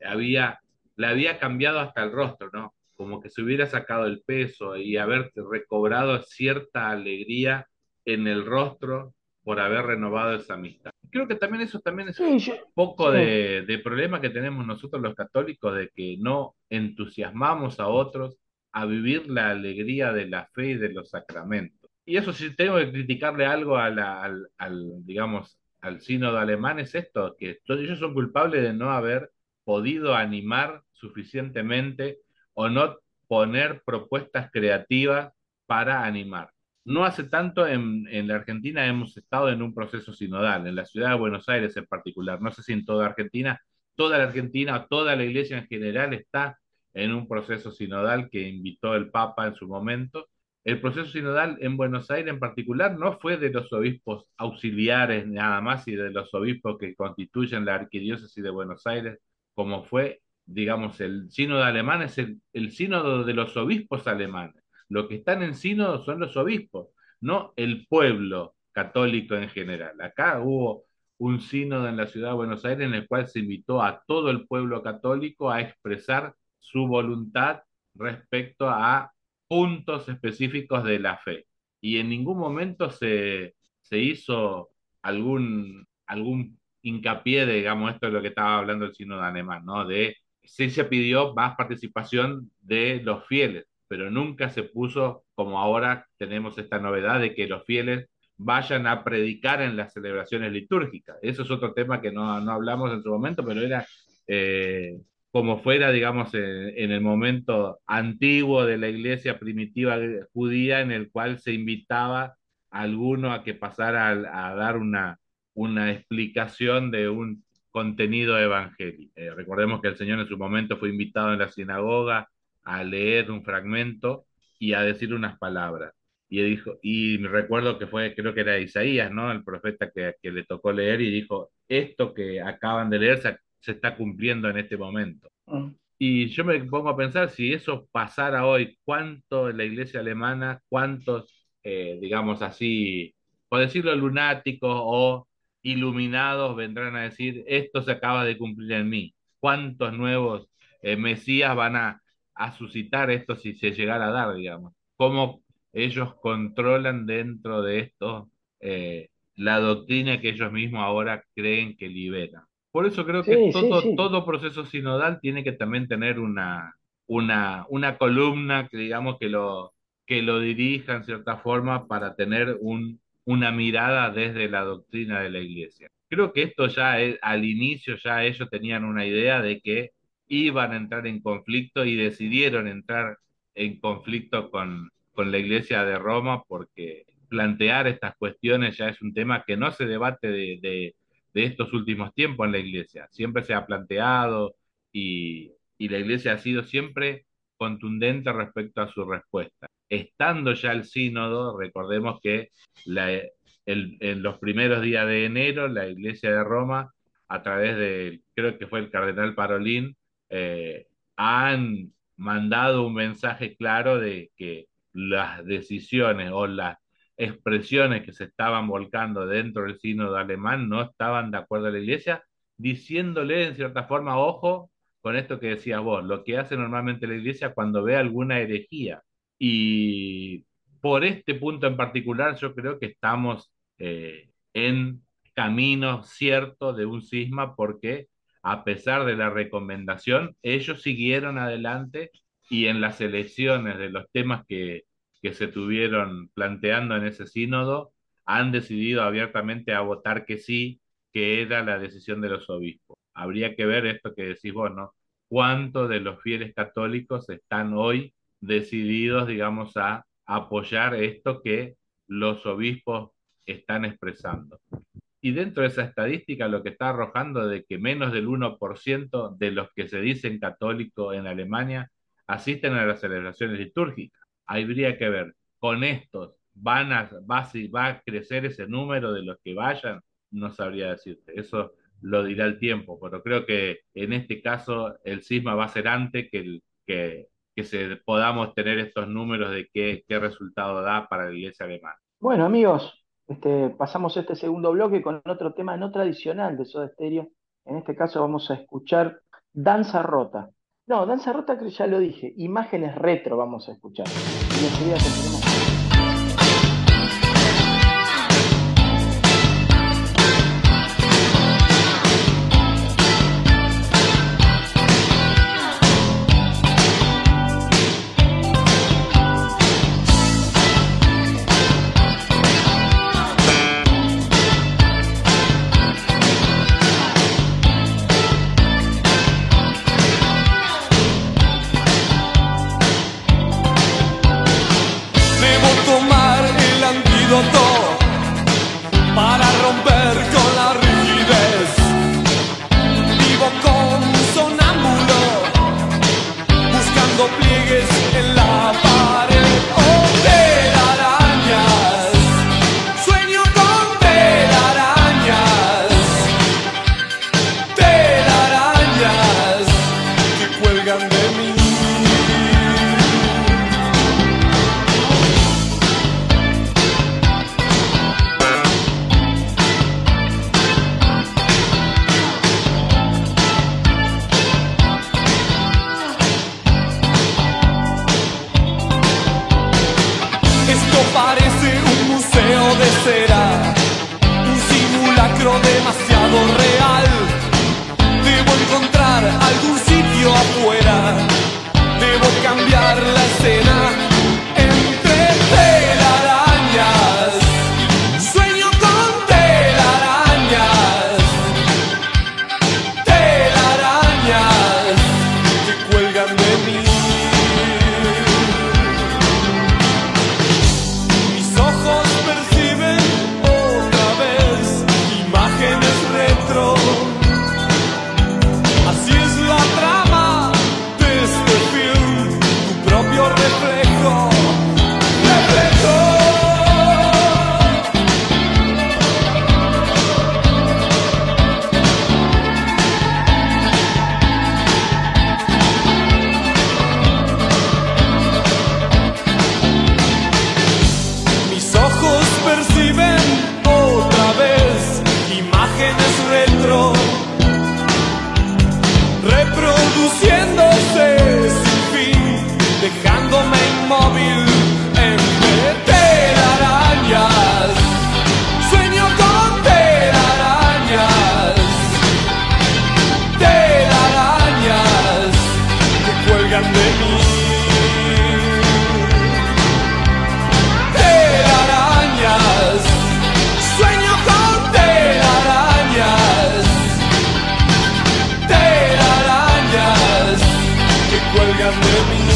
le había cambiado hasta el rostro, ¿no? Como que se hubiera sacado el peso y haber recobrado cierta alegría en el rostro por haber renovado esa amistad. Creo que también eso también es Sí, poco sí. de problema que tenemos nosotros los católicos de que no entusiasmamos a otros a vivir la alegría de la fe y de los sacramentos. Y eso sí tengo que criticarle algo digamos, al sínodo alemán es esto, que todos ellos son culpables de no haber podido animar suficientemente o no poner propuestas creativas para animar. No hace tanto en la Argentina hemos estado en un proceso sinodal, en la ciudad de Buenos Aires en particular, no sé si en toda Argentina, toda la Argentina, toda la Iglesia en general está en un proceso sinodal que invitó el Papa en su momento. El proceso sinodal en Buenos Aires en particular no fue de los obispos auxiliares nada más y de los obispos que constituyen la arquidiócesis de Buenos Aires, como fue, digamos, el sínodo alemán, es el sínodo de los obispos alemanes. Lo que están en sínodo son los obispos, no el pueblo católico en general. Acá hubo un sínodo en la ciudad de Buenos Aires en el cual se invitó a todo el pueblo católico a expresar su voluntad respecto a puntos específicos de la fe. Y en ningún momento se hizo algún hincapié de, digamos, esto es lo que estaba hablando el sínodo alemán, ¿no? Sí se pidió más participación de los fieles, pero nunca se puso, como ahora tenemos esta novedad de que los fieles vayan a predicar en las celebraciones litúrgicas. Eso es otro tema que no hablamos en su momento, pero era como fuera, digamos, en el momento antiguo de la iglesia primitiva judía, en el cual se invitaba a alguno a que pasara a dar una explicación de un contenido evangélico. Recordemos que el Señor en su momento fue invitado en la sinagoga a leer un fragmento y a decir unas palabras. Y recuerdo que fue, creo que era Isaías, ¿no? El profeta que le tocó leer y dijo, esto que acaban de leer se está cumpliendo en este momento. Y yo me pongo a pensar, si eso pasara hoy, ¿cuánto en la iglesia alemana, cuántos, digamos así, por decirlo, lunáticos o iluminados vendrán a decir, esto se acaba de cumplir en mí? ¿Cuántos nuevos mesías van a suscitar esto si se llegara a dar, digamos? ¿Cómo ellos controlan dentro de esto la doctrina que ellos mismos ahora creen que liberan? Por eso creo que Sí, sí, sí. todo proceso sinodal tiene que también tener una columna que digamos que lo dirija en cierta forma para tener una mirada desde la doctrina de la iglesia. Creo que esto ya al inicio ya ellos tenían una idea de que iban a entrar en conflicto y decidieron entrar en conflicto con la iglesia de Roma porque plantear estas cuestiones ya es un tema que no se debate de estos últimos tiempos en la iglesia. Siempre se ha planteado y la iglesia ha sido siempre contundente respecto a su respuesta. Estando ya el sínodo, recordemos que en los primeros días de enero, la iglesia de Roma, a través de, creo que fue el cardenal Parolín, han mandado un mensaje claro de que las decisiones o las expresiones que se estaban volcando dentro del sínodo alemán no estaban de acuerdo a la iglesia, diciéndole en cierta forma, ojo con esto que decías vos, lo que hace normalmente la iglesia cuando ve alguna herejía. Y por este punto en particular yo creo que estamos en camino cierto de un cisma porque a pesar de la recomendación, ellos siguieron adelante y en las elecciones de los temas que se tuvieron planteando en ese sínodo, han decidido abiertamente a votar que sí, que era la decisión de los obispos. Habría que ver esto que decís vos, ¿no? ¿Cuántos de los fieles católicos están hoy decididos, digamos, a apoyar esto que los obispos están expresando? Y dentro de esa estadística lo que está arrojando de que menos del 1% de los que se dicen católicos en Alemania asisten a las celebraciones litúrgicas. Habría que ver, con estos, ¿va a crecer ese número de los que vayan? No sabría decirte, eso lo dirá el tiempo, pero creo que en este caso el cisma va a ser antes que podamos tener estos números de qué resultado da para la iglesia alemana. Bueno, amigos, pasamos este segundo bloque con otro tema no tradicional de Soda Stereo. En este caso vamos a escuchar Danza Rota. No, Danza Rota creo que ya lo dije. Imágenes retro vamos a escuchar. Y enseguida continuamos. Para romper con la rigidez, vivo con Mis ojos perciben otra vez imágenes retro, reproduciéndose sin fin, dejándome inmóvil entre telarañas. Sueño con telarañas, telarañas que cuelgan de mí. Telarañas, sueño con telarañas, telarañas que cuelgan de mí.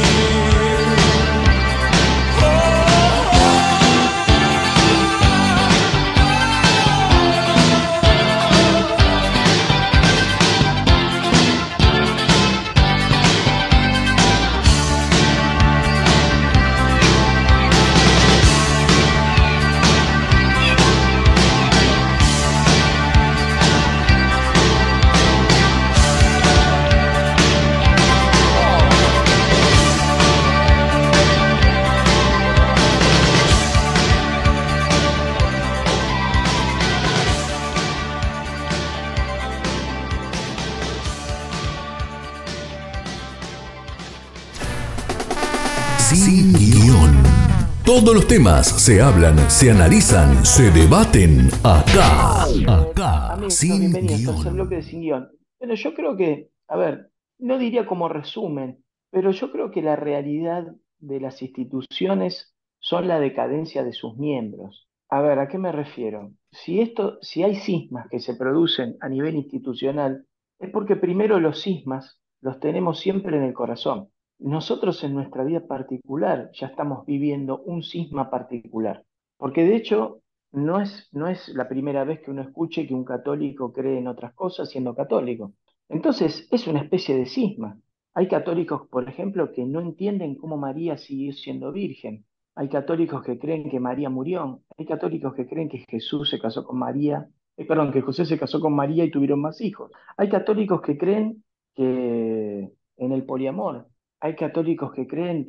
Sin guión. Todos los temas se hablan, se analizan, se debaten acá. Acá, Amigos, sin bienvenidos al tercer guión. bloque de Sin Guión. Bueno, yo creo que, a ver, no diría como resumen, pero yo creo que la realidad de las instituciones son la decadencia de sus miembros. A ver, ¿a qué me refiero? Si hay cismas que se producen a nivel institucional, es porque primero los cismas los tenemos siempre en el corazón. Nosotros en nuestra vida particular ya estamos viviendo un cisma particular, porque de hecho no es la primera vez que uno escuche que un católico cree en otras cosas siendo católico. Entonces, es una especie de cisma. Hay católicos, por ejemplo, que no entienden cómo María siguió siendo virgen. Hay católicos que creen que María murió. Hay católicos que creen que Jesús se casó con María, perdón, que José se casó con María y tuvieron más hijos. Hay católicos que creen que en el poliamor. Hay católicos que creen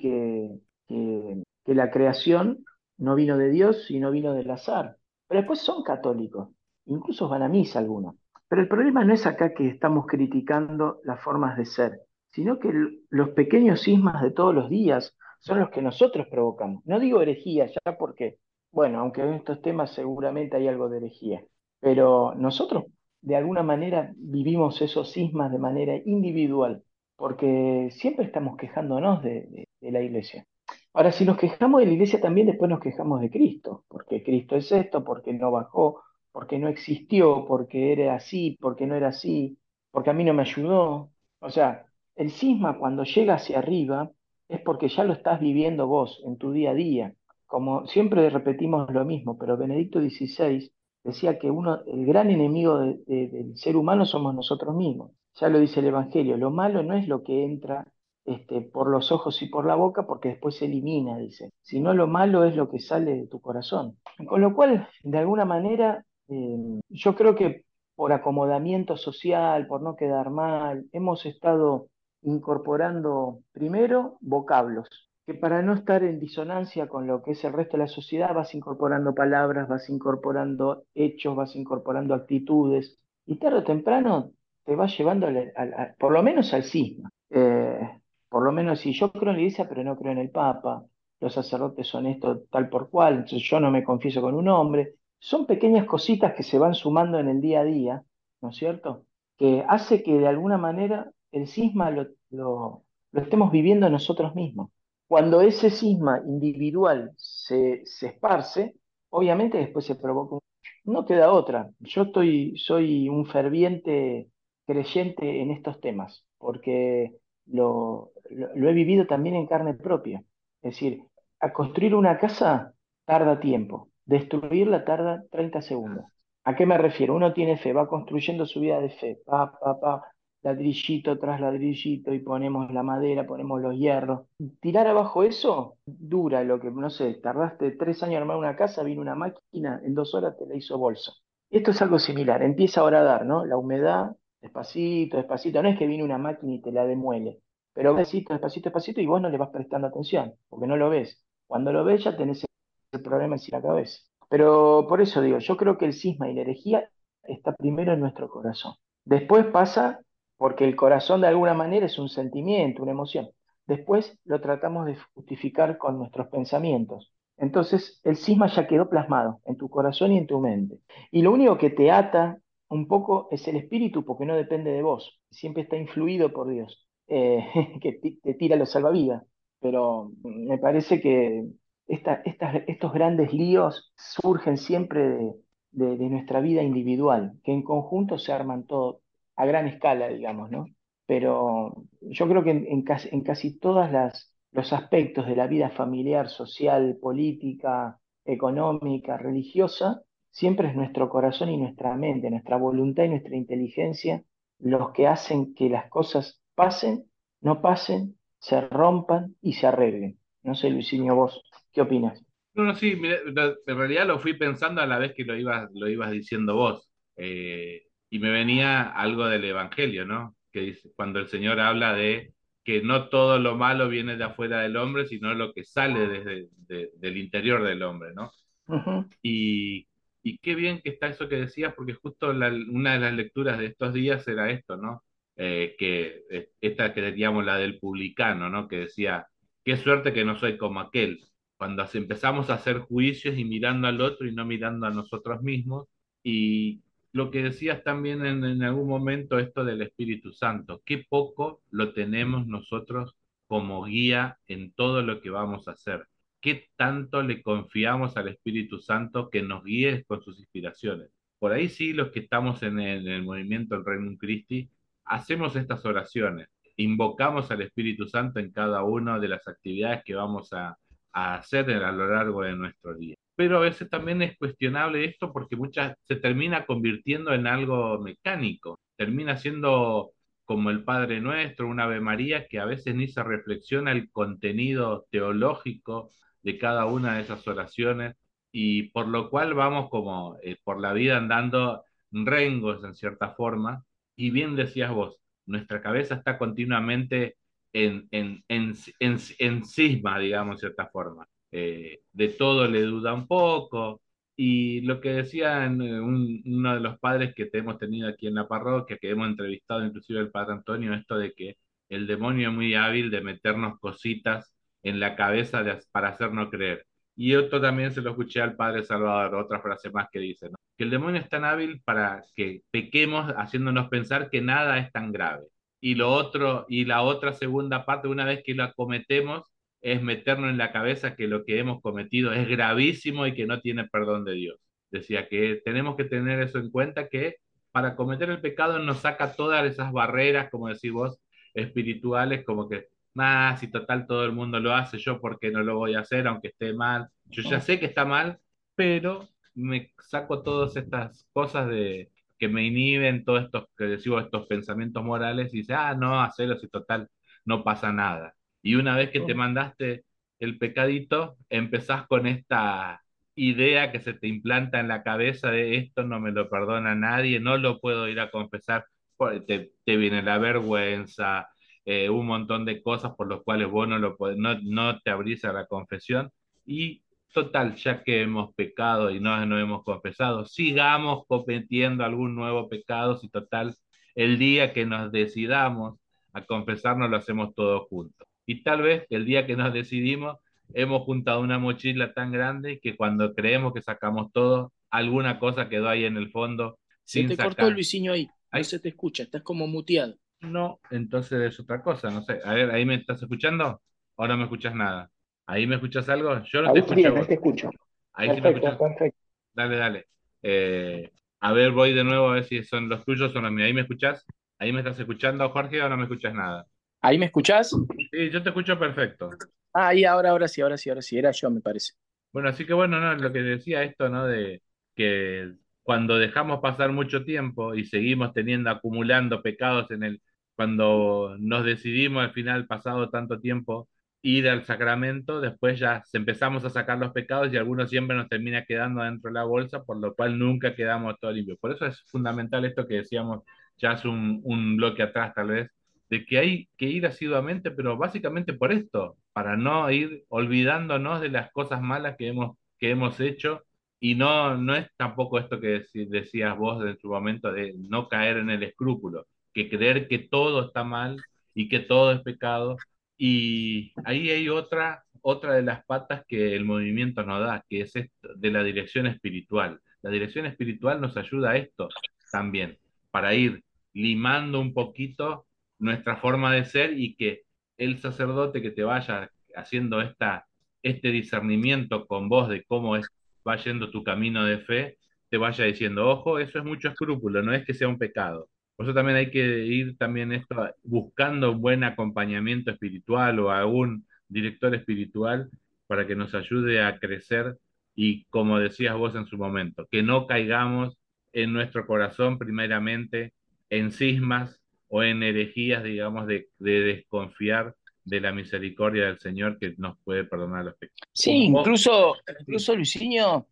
que la creación no vino de Dios, sino vino del azar. Pero después son católicos, incluso van a misa algunos. Pero el problema no es acá que estamos criticando las formas de ser, sino que los pequeños cismas de todos los días son los que nosotros provocamos. No digo herejía ya porque, bueno, aunque en estos temas seguramente hay algo de herejía, pero nosotros de alguna manera vivimos esos cismas de manera individual, porque siempre estamos quejándonos de la iglesia. Ahora, si nos quejamos de la iglesia, también después nos quejamos de Cristo, porque Cristo es esto, porque no bajó, porque no existió, porque era así, porque no era así, porque a mí no me ayudó. O sea, el cisma cuando llega hacia arriba es porque ya lo estás viviendo vos en tu día a día. Como siempre repetimos lo mismo, pero Benedicto XVI decía que el gran enemigo del ser humano somos nosotros mismos. Ya lo dice el Evangelio, lo malo no es lo que entra por los ojos y por la boca, porque después se elimina, dice. Sino lo malo es lo que sale de tu corazón. Con lo cual, de alguna manera, yo creo que por acomodamiento social, por no quedar mal, hemos estado incorporando primero vocablos, que para no estar en disonancia con lo que es el resto de la sociedad, vas incorporando palabras, vas incorporando hechos, vas incorporando actitudes, y tarde o temprano te va llevando por lo menos al cisma. Por lo menos si yo creo en la iglesia, pero no creo en el Papa, los sacerdotes son esto tal por cual, entonces yo no me confieso con un hombre. Son pequeñas cositas que se van sumando en el día a día, ¿no es cierto? Que hace que de alguna manera el cisma lo estemos viviendo nosotros mismos. Cuando ese cisma individual se esparce, obviamente después se provoca no queda otra. Soy un ferviente creyente en estos temas, porque lo he vivido también en carne propia. Es decir, a construir una casa tarda tiempo, destruirla tarda 30 segundos. ¿A qué me refiero? Uno tiene fe, va construyendo su vida de fe, pa, pa, pa. ladrillito tras ladrillito y ponemos la madera, ponemos los hierros. Tirar abajo eso dura lo que, no sé, tardaste 3 años en armar una casa, vino una máquina, en 2 horas te la hizo bolsa. Esto es algo similar, empieza a horadar, ¿no? La humedad, despacito, despacito, no es que viene una máquina y te la demuele, pero despacito, despacito, despacito y vos no le vas prestando atención, porque no lo ves. Cuando lo ves ya tenés el problema en la cabeza. Pero por eso digo, yo creo que el cisma y la herejía está primero en nuestro corazón. Después pasa porque el corazón de alguna manera es un sentimiento, una emoción. Después lo tratamos de justificar con nuestros pensamientos. Entonces el cisma ya quedó plasmado en tu corazón y en tu mente. Y lo único que te ata un poco es el espíritu porque no depende de vos, siempre está influido por Dios, que te tira los salvavidas. Pero me parece que estos grandes líos surgen siempre de nuestra vida individual, que en conjunto se arman todo a gran escala, digamos, ¿no? Pero yo creo que en casi todos los aspectos de la vida familiar, social, política, económica, religiosa, siempre es nuestro corazón y nuestra mente, nuestra voluntad y nuestra inteligencia los que hacen que las cosas pasen, no pasen, se rompan y se arreglen. No sé, Luisinho, vos, ¿qué opinas? No, no, sí, mira, en realidad lo fui pensando a la vez que lo ibas diciendo vos. Y me venía algo del Evangelio, ¿no? Que dice, cuando el Señor habla de que no todo lo malo viene de afuera del hombre, sino lo que sale del interior del hombre, ¿no? Ujú, Y, y qué bien que está eso que decías, porque justo una de las lecturas de estos días era esto, ¿no? Esta que teníamos, la del publicano, ¿no? Que decía, qué suerte que no soy como aquel. Cuando empezamos a hacer juicios y mirando al otro y no mirando a nosotros mismos. Y lo que decías también en algún momento, esto del Espíritu Santo, qué poco lo tenemos nosotros como guía en todo lo que vamos a hacer. ¿Qué tanto le confiamos al Espíritu Santo que nos guíe con sus inspiraciones? Por ahí sí, los que estamos en el movimiento del Reino Christi, hacemos estas oraciones, invocamos al Espíritu Santo en cada una de las actividades que vamos a hacer a lo largo de nuestro día. Pero a veces también es cuestionable esto porque muchas se termina convirtiendo en algo mecánico, termina siendo como el Padre Nuestro, un Ave María, que a veces ni se reflexiona el contenido teológico de cada una de esas oraciones y por lo cual vamos como por la vida andando rengos en cierta forma. Y bien decías vos, nuestra cabeza está continuamente en cisma, digamos, en cierta forma. De todo le duda un poco. Y lo que decían uno de los padres que te hemos tenido aquí en la parroquia, que hemos entrevistado inclusive el padre Antonio, esto de que el demonio es muy hábil de meternos cositas en la cabeza para hacernos creer. Y otro también se lo escuché al padre Salvador, otra frase más que dice, ¿no? Que el demonio es tan hábil para que pequemos haciéndonos pensar que nada es tan grave. Y lo otro, y la otra segunda parte, una vez que lo acometemos, es meternos en la cabeza que lo que hemos cometido es gravísimo y que no tiene perdón de Dios. Decía que tenemos que tener eso en cuenta, que para cometer el pecado nos saca todas esas barreras, como decís vos, espirituales, como que, más si total todo el mundo lo hace, yo por qué no lo voy a hacer, aunque esté mal. Yo ya ujú. sé que está mal, pero me saco todas estas cosas que me inhiben, todos estos, que decimos, estos pensamientos morales, y dice, ah, no, hacelo si total no pasa nada. Y una vez que te mandaste el pecadito, empezás con esta idea que se te implanta en la cabeza de esto no me lo perdona nadie, no lo puedo ir a confesar, te viene la vergüenza, un montón de cosas por los cuales vos no, no te abrís a la confesión. Y total, ya que hemos pecado y no hemos confesado, sigamos cometiendo algún nuevo pecado, si total, el día que nos decidamos a confesarnos lo hacemos todos juntos. Y tal vez el día que nos decidimos, hemos juntado una mochila tan grande que cuando creemos que sacamos todo, alguna cosa quedó ahí en el fondo Se sin te cortó sacar. Luisinho ahí, no Ay, se te escucha, estás como muteado. no, entonces es otra cosa, no sé. A ver, ¿ahí me estás escuchando? ¿O no me escuchas nada? ¿Ahí me escuchas algo? Yo no te Ahí escucho a bien, ahí vos. te escucho. Ahí sí me Perfecto, escuchas. perfecto. Dale, dale. A ver, voy de nuevo a ver si son los tuyos o los míos. ¿Ahí me escuchás? ¿Ahí me estás escuchando, Jorge, o no me escuchas nada? ¿Ahí me escuchás? Sí, yo te escucho perfecto. Ah, ahí, ahora sí, ahora sí, ahora sí, era yo, me parece. Bueno, así que bueno, no, lo que decía esto, ¿no? De que cuando dejamos pasar mucho tiempo y seguimos teniendo, acumulando pecados cuando nos decidimos al final, pasado tanto tiempo, ir al sacramento, después ya empezamos a sacar los pecados y algunos siempre nos termina quedando dentro de la bolsa, por lo cual nunca quedamos todos limpios. Por eso es fundamental esto que decíamos ya hace un bloque atrás tal vez, de que hay que ir asiduamente, pero básicamente por esto, para no ir olvidándonos de las cosas malas que hemos hecho. Y no es tampoco esto que decías vos en su momento de no caer en el escrúpulo, que creer que todo está mal y que todo es pecado. Y ahí hay otra de las patas que el movimiento nos da, que es esto de la dirección espiritual. La dirección espiritual nos ayuda a esto también, para ir limando un poquito nuestra forma de ser y que el sacerdote que te vaya haciendo este discernimiento con vos de cómo va yendo tu camino de fe, te vaya diciendo, ojo, eso es mucho escrúpulo, no es que sea un pecado. Por eso también hay que ir también esto buscando un buen acompañamiento espiritual o algún director espiritual para que nos ayude a crecer y, como decías vos en su momento, que no caigamos en nuestro corazón primeramente en cismas o en herejías, digamos, de desconfiar de la misericordia del Señor que nos puede perdonar los pecados. Sí, Vos, incluso Luisinho,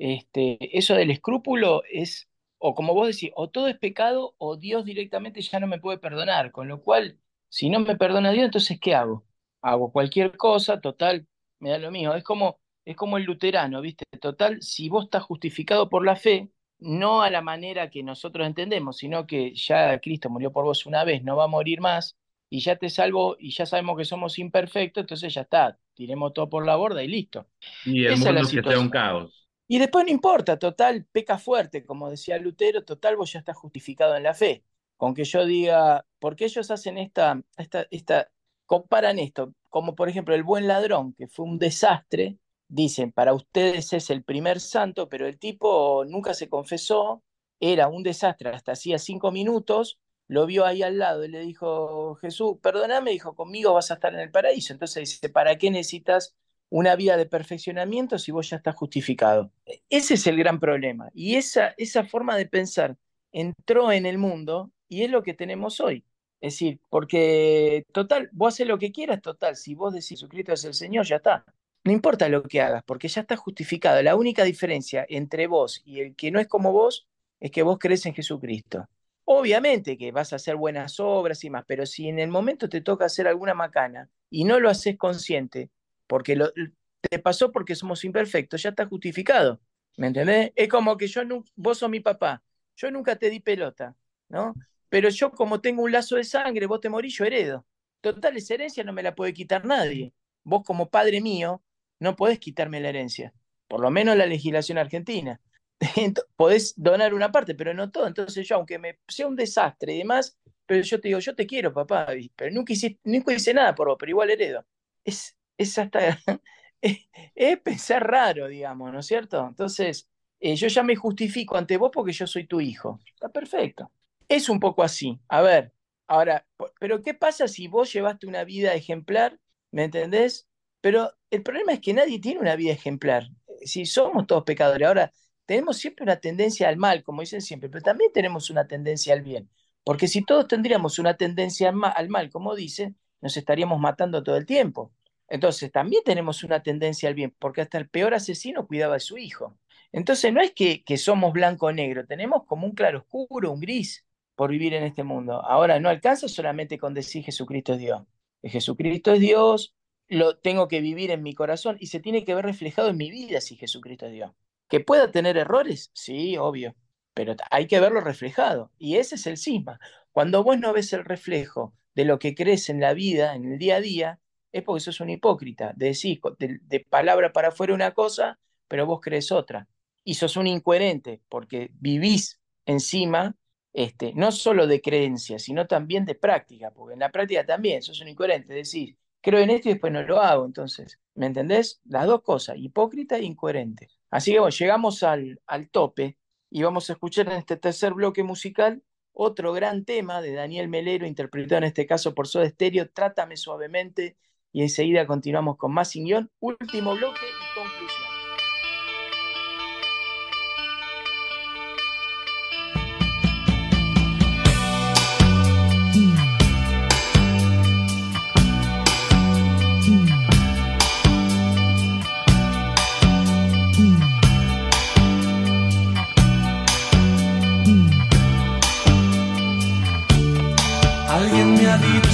eso del escrúpulo es, o como vos decís, o todo es pecado o Dios directamente ya no me puede perdonar, con lo cual, si no me perdona Dios, entonces ¿qué hago? Hago cualquier cosa, total, me da lo mismo. Es como el luterano, ¿viste? Total, si vos estás justificado por la fe, no a la manera que nosotros entendemos, sino que ya Cristo murió por vos una vez, no va a morir más y ya te salvo y ya sabemos que somos imperfectos, entonces ya está, tiremos todo por la borda y listo. y el Esa es la mundo que sea un situación. caos. Y después no importa, total, peca fuerte, como decía Lutero, total, vos ya estás justificado en la fe. Con que yo diga, porque ellos hacen comparan esto, como por ejemplo el buen ladrón, que fue un desastre, dicen, para ustedes es el primer santo, pero el tipo nunca se confesó, era un desastre, hasta hacía 5 minutos, lo vio ahí al lado y le dijo, Jesús, perdóname, dijo, conmigo vas a estar en el paraíso. Entonces dice, ¿para qué necesitas una vida de perfeccionamiento si vos ya estás justificado? Ese es el gran problema. Y esa forma de pensar entró en el mundo y es lo que tenemos hoy. Es decir, porque total, vos haces lo que quieras, total, si vos decís Jesucristo es el Señor, ya está. No importa lo que hagas, porque ya estás justificado. La única diferencia entre vos y el que no es como vos es que vos crees en Jesucristo. Obviamente que vas a hacer buenas obras y más, pero si en el momento te toca hacer alguna macana y no lo haces consciente, porque te pasó porque somos imperfectos, ya está justificado. ¿Me entendés? Es como que vos sos mi papá, yo nunca te di pelota, ¿no? Pero yo como tengo un lazo de sangre, vos te morís, yo heredo. Total, esa herencia no me la puede quitar nadie. Vos como padre mío no podés quitarme la herencia, por lo menos la legislación argentina. Podés donar una parte, pero no todo. Entonces yo, aunque me sea un desastre y demás, pero yo te digo, yo te quiero, papá, pero nunca hice nada por vos, pero igual heredo. Es hasta, es pensar raro, digamos, ¿no es cierto? Entonces, yo ya me justifico ante vos porque yo soy tu hijo. Está perfecto. Es un poco así. A ver, ahora, pero ¿qué pasa si vos llevaste una vida ejemplar? ¿Me entendés? Pero el problema es que nadie tiene una vida ejemplar. Si somos todos pecadores, ahora tenemos siempre una tendencia al mal, como dicen siempre, pero también tenemos una tendencia al bien. Porque si todos tendríamos una tendencia al mal, como dicen, nos estaríamos matando todo el tiempo. Entonces también tenemos una tendencia al bien, porque hasta el peor asesino cuidaba de su hijo. Entonces no es que somos blanco o negro, tenemos como un claroscuro, un gris por vivir en este mundo. Ahora no alcanza solamente con decir Jesucristo es Dios. Que Jesucristo es Dios, lo tengo que vivir en mi corazón y se tiene que ver reflejado en mi vida si Jesucristo es Dios. ¿Que pueda tener errores? Sí, obvio, pero hay que verlo reflejado. Y ese es el cisma. Cuando vos no ves el reflejo de lo que crees en la vida, en el día a día, es porque sos un hipócrita. Decís de palabra para afuera una cosa, pero vos crees otra. Y sos un incoherente, porque vivís encima, no solo de creencia, sino también de práctica, porque en la práctica también sos un incoherente. Decís, creo en esto y después no lo hago. Entonces, ¿me entendés? Las dos cosas, hipócrita e incoherente. Así que bueno, llegamos al tope y vamos a escuchar en este tercer bloque musical otro gran tema de Daniel Melero, interpretado en este caso por Soda Stereo, Trátame Suavemente, y enseguida continuamos con más Sin Guión, último bloque y conclusión.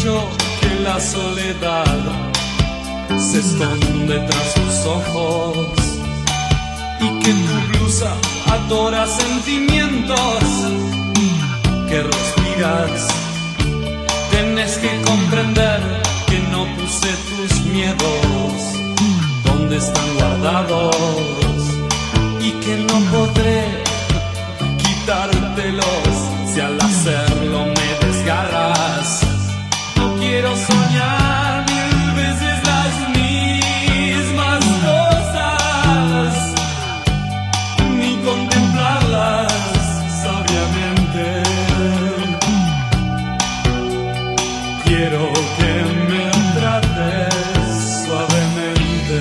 dicho que la soledad se esconde tras tus ojos y que tu blusa atora sentimientos que respiras. Tenés que comprender que no puse tus miedos donde están guardados y que no podré quitártelos si al hacerlo me desgarras. No quiero soñar mil veces las mismas cosas, ni contemplarlas sabiamente. Quiero que me trates suavemente.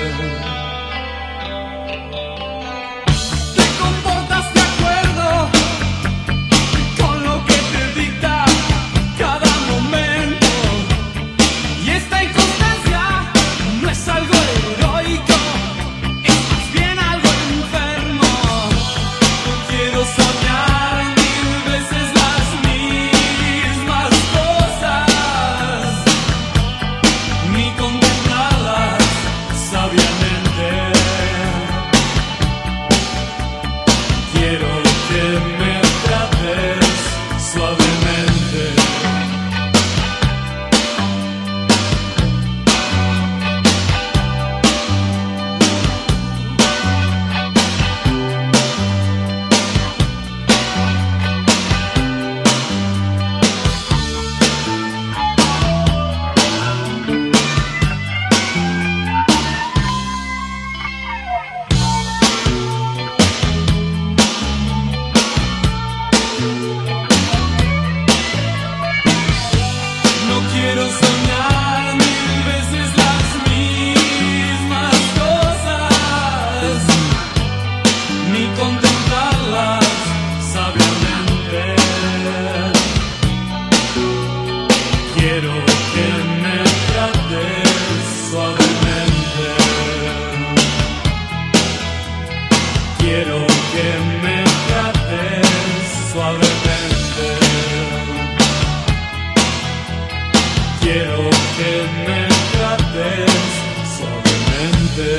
Te comportas de acuerdo con lo que te dicta cada momento, y esta inconstancia no es algo heroico, es más bien algo enfermo. No quiero soñar mil veces las mismas cosas, ni contemplarlas sabiamente. Quiero que me trates suavemente. No quiero soñar mil veces las mismas cosas, ni contemplarlas sabiamente. Quiero que me trates suavemente. Quiero que me trates suavemente. Quiero que me trates suavemente.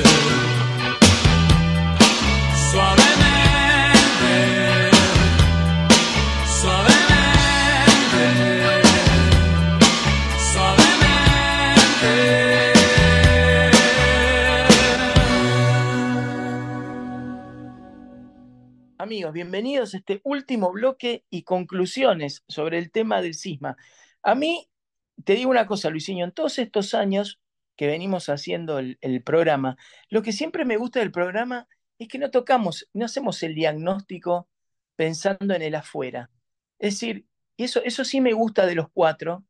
Suavemente. Suavemente. Suavemente. Amigos, bienvenidos a este último bloque y conclusiones sobre el tema del cisma. A mí, te digo una cosa, Luisinho, en todos estos años que venimos haciendo el programa, lo que siempre me gusta del programa es que no tocamos, no hacemos el diagnóstico pensando en el afuera. Es decir, eso sí me gusta de los cuatro,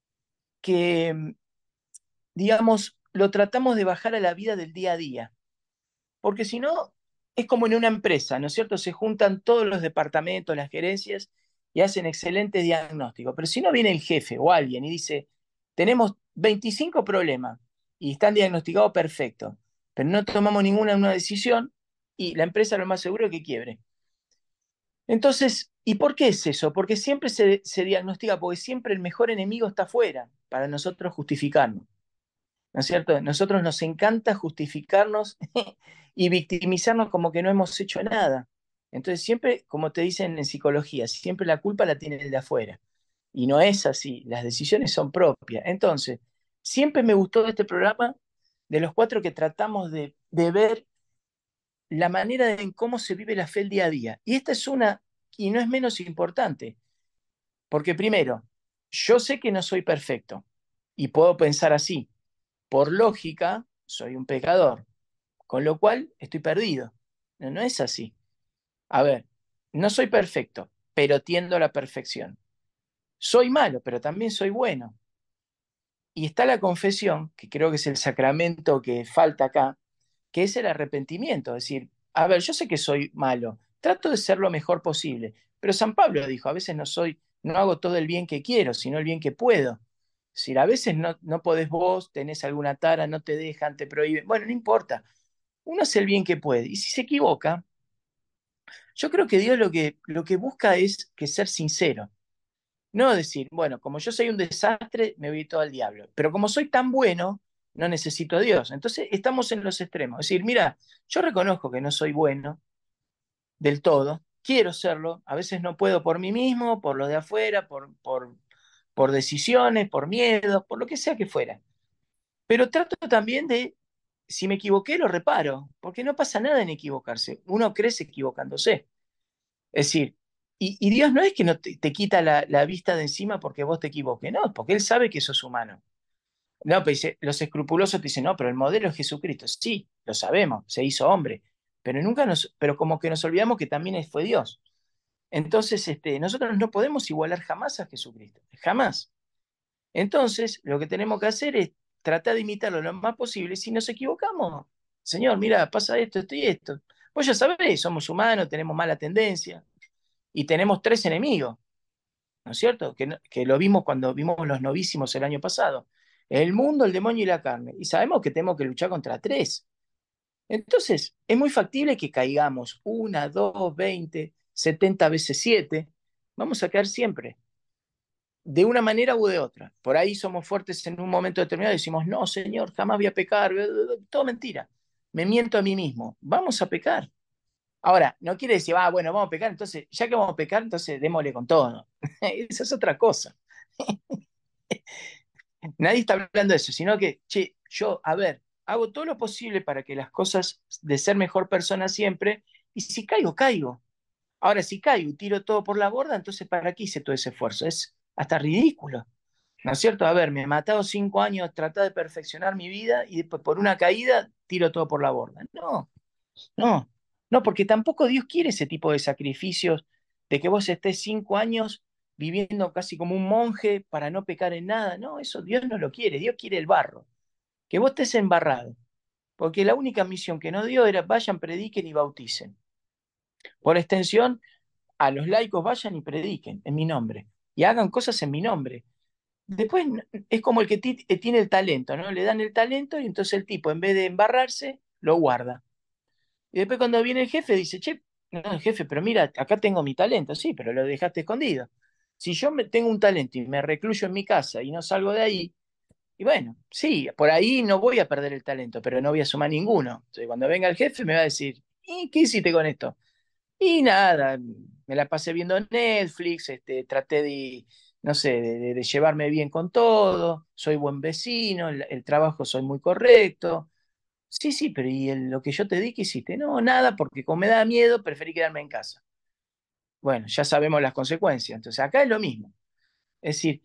que, digamos, lo tratamos de bajar a la vida del día a día. Porque si no, es como en una empresa, ¿no es cierto? Se juntan todos los departamentos, las gerencias, y hacen excelentes diagnósticos. Pero si no viene el jefe o alguien y dice, tenemos 25 problemas y están diagnosticados perfectos, pero no tomamos ninguna decisión, y la empresa lo más seguro es que quiebre. Entonces, ¿y por qué es eso? Porque siempre se diagnostica, porque siempre el mejor enemigo está afuera, para nosotros justificarnos. ¿No es cierto? Nosotros nos encanta justificarnos y victimizarnos como que no hemos hecho nada. Entonces siempre, como te dicen en psicología, siempre la culpa la tiene el de afuera. Y no es así, las decisiones son propias. Entonces, siempre me gustó de este programa, de los cuatro, que tratamos de ver la manera en cómo se vive la fe el día a día. Y esta es una, y no es menos importante, porque primero, yo sé que no soy perfecto y puedo pensar así. Por lógica, soy un pecador, con lo cual estoy perdido. No, no es así. A ver, no soy perfecto, pero tiendo a la perfección. Soy malo, pero también soy bueno. Y está la confesión, que creo que es el sacramento que falta acá, que es el arrepentimiento. Es decir, a ver, yo sé que soy malo, trato de ser lo mejor posible, pero San Pablo dijo, a veces no hago todo el bien que quiero, sino el bien que puedo. Es decir, a veces no podés vos, tenés alguna tara, no te dejan, te prohíben. Bueno, no importa. Uno hace el bien que puede. Y si se equivoca, yo creo que Dios lo que busca es que ser sincero. No decir, bueno, como yo soy un desastre, me voy todo al diablo. Pero como soy tan bueno, no necesito a Dios. Entonces estamos en los extremos. Es decir, mira, yo reconozco que no soy bueno del todo, quiero serlo, a veces no puedo por mí mismo, por los de afuera, por decisiones, por miedo, por lo que sea que fuera. Pero trato también de, si me equivoqué, lo reparo, porque no pasa nada en equivocarse. Uno crece equivocándose. Es decir, y Dios no es que no te quita la vista de encima porque vos te equivoques, no, porque Él sabe que sos humano. No, pero dice, los escrupulosos te dicen, no, pero el modelo es Jesucristo. Sí, lo sabemos, se hizo hombre, pero como que nos olvidamos que también fue Dios. Entonces, nosotros no podemos igualar jamás a Jesucristo, jamás. Entonces, lo que tenemos que hacer es tratar de imitarlo lo más posible. Si nos equivocamos, Señor, mira, pasa esto, esto y esto. Vos ya sabés, somos humanos, tenemos mala tendencia y tenemos tres enemigos, ¿no es cierto? Que lo vimos cuando vimos los novísimos el año pasado. El mundo, el demonio y la carne. Y sabemos que tenemos que luchar contra tres. Entonces, es muy factible que caigamos una, dos, 20, 70 veces siete. Vamos a caer siempre, de una manera u de otra. Por ahí somos fuertes en un momento determinado y decimos, no, Señor, jamás voy a pecar. Todo mentira. Me miento a mí mismo. Vamos a pecar. Ahora, no quiere decir, bueno, vamos a pecar, entonces, ya que vamos a pecar, entonces démosle con todo. Esa es otra cosa. Nadie está hablando de eso, sino que, che, yo, a ver, hago todo lo posible para que las cosas de ser mejor persona siempre, y si caigo, caigo. Ahora, si caigo y tiro todo por la borda, entonces, ¿para qué hice todo ese esfuerzo? Es hasta ridículo, ¿no es cierto? A ver, me he matado 5 años, tratar de perfeccionar mi vida y después por una caída tiro todo por la borda. No, no, no, porque tampoco Dios quiere ese tipo de sacrificios de que vos estés 5 años viviendo casi como un monje para no pecar en nada. No, eso Dios no lo quiere. Dios quiere el barro, que vos estés embarrado. Porque la única misión que nos dio era vayan, prediquen y bauticen. Por extensión, a los laicos vayan y prediquen en mi nombre y hagan cosas en mi nombre. Después es como el que tiene el talento, ¿no? Le dan el talento y entonces el tipo, en vez de embarrarse, lo guarda. Y después cuando viene el jefe dice, che, no, jefe, pero mira, acá tengo mi talento, sí, pero lo dejaste escondido. Si yo tengo un talento y me recluyo en mi casa y no salgo de ahí, y bueno, sí, por ahí no voy a perder el talento, pero no voy a sumar ninguno. Entonces cuando venga el jefe me va a decir, ¿y qué hiciste con esto? Y nada, me la pasé viendo Netflix, traté de, no sé, de llevarme bien con todo, soy buen vecino, el trabajo soy muy correcto. Sí, sí, pero ¿y lo que yo te di, qué hiciste? No, nada, porque como me da miedo, preferí quedarme en casa. Bueno, ya sabemos las consecuencias. Entonces, acá es lo mismo. Es decir,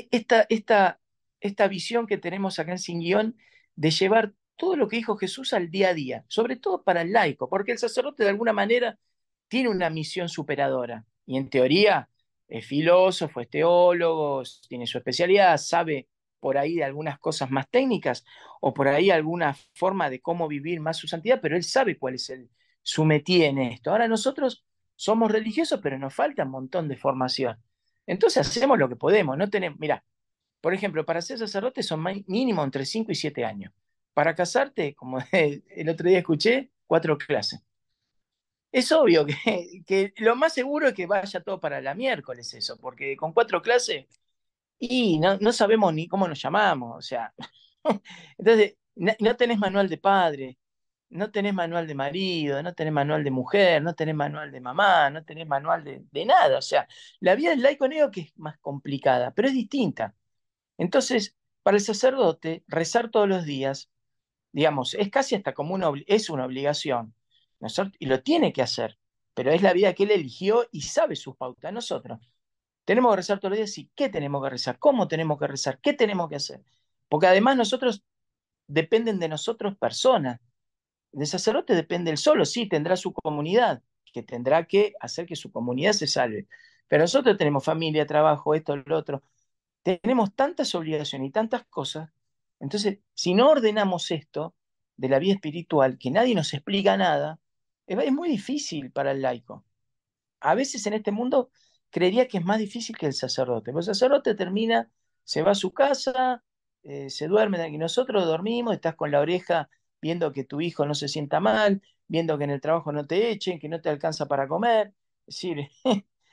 esta visión que tenemos acá en Sin Guión de llevar todo lo que dijo Jesús al día a día, sobre todo para el laico, porque el sacerdote de alguna manera tiene una misión superadora y en teoría es filósofo, es teólogo, tiene su especialidad, sabe por ahí de algunas cosas más técnicas o por ahí alguna forma de cómo vivir más su santidad, pero él sabe cuál es su métier en esto. Ahora nosotros somos religiosos, pero nos falta un montón de formación. Entonces hacemos lo que podemos, no tenemos, mira, por ejemplo, para ser sacerdote son mínimo entre 5 y 7 años. Para casarte, como el otro día escuché, 4 clases. Es obvio que lo más seguro es que vaya todo para la miércoles eso, porque con 4 clases y no sabemos ni cómo nos llamamos, o sea, entonces no tenés manual de padre, no tenés manual de marido, no tenés manual de mujer, no tenés manual de mamá, no tenés manual de nada, o sea, la vida del laico neo que es más complicada, pero es distinta. Entonces, para el sacerdote, rezar todos los días, digamos, es casi hasta como es una obligación, ¿no es cierto? Y lo tiene que hacer, pero es la vida que él eligió y sabe sus pautas. Nosotros tenemos que rezar todos los días y qué tenemos que rezar, cómo tenemos que rezar, qué tenemos que hacer. Porque además nosotros dependen de nosotros personas. El sacerdote depende él solo, sí, tendrá su comunidad, que tendrá que hacer que su comunidad se salve. Pero nosotros tenemos familia, trabajo, esto, lo otro. Tenemos tantas obligaciones y tantas cosas. Entonces, si no ordenamos esto de la vida espiritual, que nadie nos explica nada, es muy difícil para el laico. A veces en este mundo creería que es más difícil que el sacerdote. Porque el sacerdote termina, se va a su casa, se duerme, y nosotros dormimos, estás con la oreja viendo que tu hijo no se sienta mal, viendo que en el trabajo no te echen, que no te alcanza para comer. Es decir,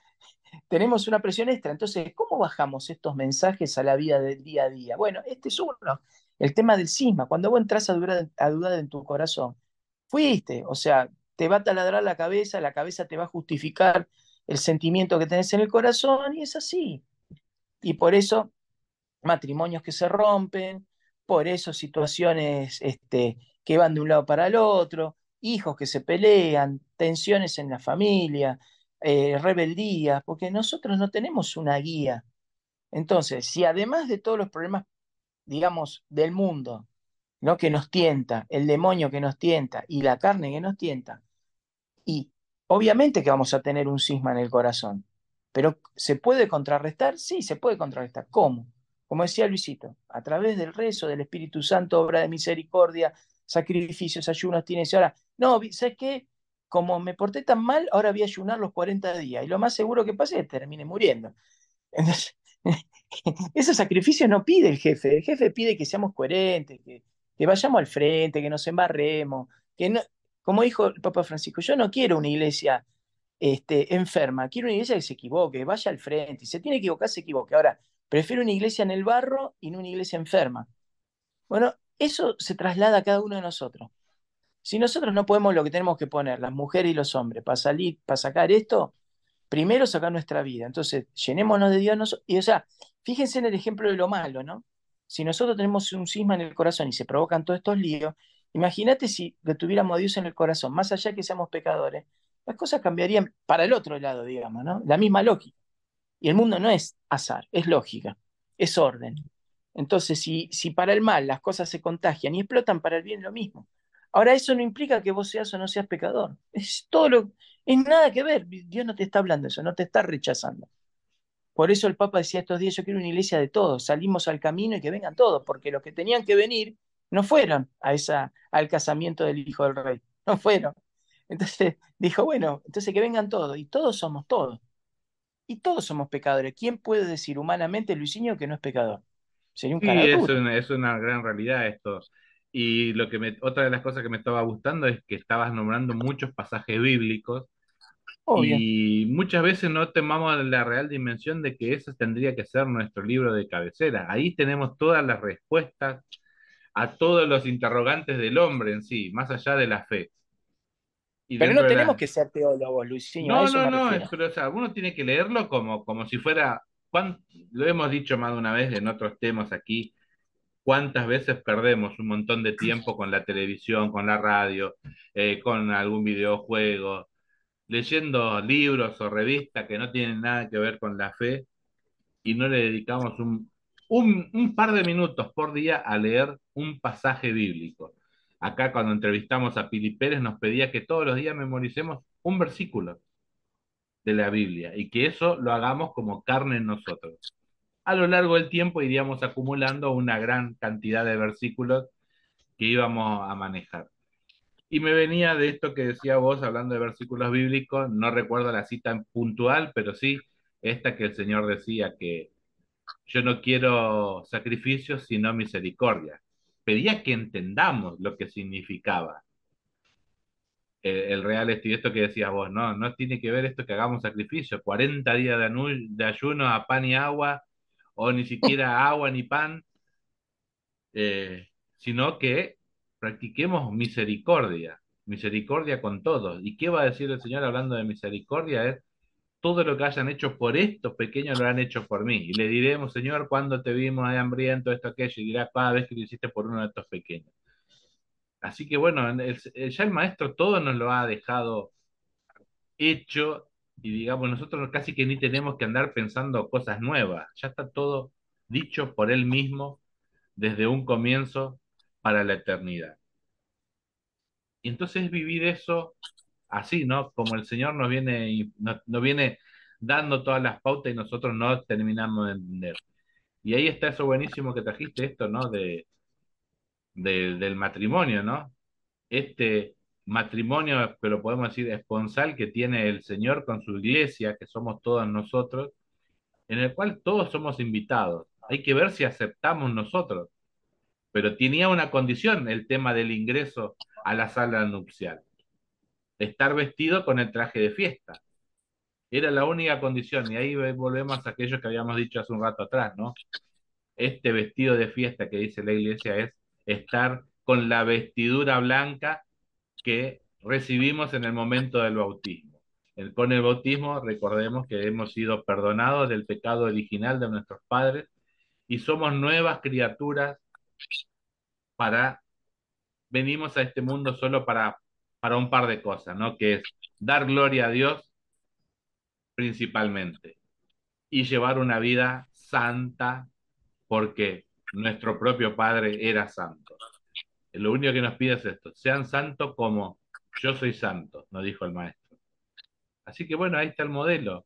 tenemos una presión extra. Entonces, ¿cómo bajamos estos mensajes a la vida del día a día? Bueno, este es uno. El tema del cisma. Cuando vos entras a dudar en tu corazón, fuiste. O sea, te va a taladrar la cabeza te va a justificar el sentimiento que tenés en el corazón y es así. Y por eso matrimonios que se rompen, por eso situaciones que van de un lado para el otro, hijos que se pelean, tensiones en la familia, rebeldías, porque nosotros no tenemos una guía. Entonces, si además de todos los problemas, digamos, del mundo, ¿no? que nos tienta, el demonio que nos tienta y la carne que nos tienta, y obviamente que vamos a tener un cisma en el corazón, pero ¿se puede contrarrestar? Sí, se puede contrarrestar. ¿Cómo? Como decía Luisito, a través del rezo del Espíritu Santo, obra de misericordia, sacrificios, ayunos, tienes. Ahora, no, ¿sabes qué? Como me porté tan mal, ahora voy a ayunar los 40 días y lo más seguro que pase es que termine muriendo. Entonces, ese sacrificio no pide el jefe pide que seamos coherentes, que vayamos al frente, que nos embarremos, que no, como dijo el Papa Francisco, yo no quiero una iglesia enferma, quiero una iglesia que se equivoque, vaya al frente, y se tiene que equivocar, se equivoque. Ahora, prefiero una iglesia en el barro y no una iglesia enferma. Bueno, eso se traslada a cada uno de nosotros. Si nosotros no podemos lo que tenemos que poner, las mujeres y los hombres, para salir, para sacar esto, primero sacar nuestra vida. Entonces, llenémonos de Dios. Y o sea, fíjense en el ejemplo de lo malo, ¿no? Si nosotros tenemos un cisma en el corazón y se provocan todos estos líos, imagínate si le tuviéramos a Dios en el corazón, más allá que seamos pecadores, las cosas cambiarían para el otro lado, digamos, ¿no? La misma lógica. Y el mundo no es azar, es lógica, es orden. Entonces, si para el mal las cosas se contagian y explotan para el bien lo mismo. Ahora, eso no implica que vos seas o no seas pecador. Es todo es nada que ver. Dios no te está hablando eso, no te está rechazando. Por eso el Papa decía estos días, yo quiero una iglesia de todos, salimos al camino y que vengan todos, porque los que tenían que venir no fueron al casamiento del Hijo del Rey, no fueron. Entonces dijo, bueno, entonces que vengan todos, y todos somos todos. Y todos somos pecadores. ¿Quién puede decir humanamente, Luisinho, que no es pecador? Sería un Sí, cara dura. es una gran realidad esto. Y otra de las cosas que me estaba gustando es que estabas nombrando muchos pasajes bíblicos Obvio. y muchas veces no tomamos la real dimensión de que ese tendría que ser nuestro libro de cabecera. Ahí tenemos todas las respuestas a todos los interrogantes del hombre en sí, más allá de la fe. Y Pero dentro no de tenemos la... que ser teólogos, Luisinho, a No, eso no, me no, refiero. pero o sea, uno tiene que leerlo como si fuera... Lo hemos dicho más de una vez en otros temas aquí. ¿Cuántas veces perdemos un montón de tiempo con la televisión, con la radio, con algún videojuego, leyendo libros o revistas que no tienen nada que ver con la fe y no le dedicamos un par de minutos por día a leer un pasaje bíblico? Acá cuando entrevistamos a Pili Pérez nos pedía que todos los días memoricemos un versículo de la Biblia y que eso lo hagamos como carne en nosotros. A lo largo del tiempo iríamos acumulando una gran cantidad de versículos que íbamos a manejar. Y me venía de esto que decía vos, hablando de versículos bíblicos, no recuerdo la cita puntual, pero sí esta que el Señor decía que yo no quiero sacrificios, sino misericordia. Pedía que entendamos lo que significaba el real esto y esto que decías vos, no, no tiene que ver esto que hagamos sacrificio, 40 días de ayuno a pan y agua, o ni siquiera agua ni pan, eh, sino que practiquemos misericordia, misericordia con todos. ¿Y qué va a decir el Señor hablando de misericordia? Es todo lo que hayan hecho por estos pequeños lo han hecho por mí. Y le diremos, Señor, cuando te vimos ahí hambriento, esto, aquello, y dirá cada vez que lo hiciste por uno de estos pequeños. Así que bueno, ya el Maestro todo nos lo ha dejado hecho y digamos, nosotros casi que ni tenemos que andar pensando cosas nuevas. Ya está todo dicho por Él mismo desde un comienzo para la eternidad. Y entonces vivir eso así, ¿no? Como el Señor nos viene dando todas las pautas y nosotros no terminamos de entender. Y ahí está eso buenísimo que trajiste esto, ¿no? Del matrimonio, ¿no? Este matrimonio, que lo podemos decir esponsal, que tiene el Señor con su iglesia, que somos todos nosotros, en el cual todos somos invitados. Hay que ver si aceptamos nosotros, pero tenía una condición el tema del ingreso a la sala nupcial, estar vestido con el traje de fiesta. Era la única condición, y ahí volvemos a aquello que habíamos dicho hace un rato atrás, ¿no? Este vestido de fiesta que dice la iglesia es estar con la vestidura blanca que recibimos en el momento del bautismo. Con el bautismo recordemos que hemos sido perdonados del pecado original de nuestros padres y somos nuevas criaturas para, venimos a este mundo solo para un par de cosas, ¿no? Que es dar gloria a Dios principalmente y llevar una vida santa porque nuestro propio Padre era santo. Lo único que nos pide es esto, sean santos como yo soy santo, nos dijo el maestro. Así que bueno, ahí está el modelo.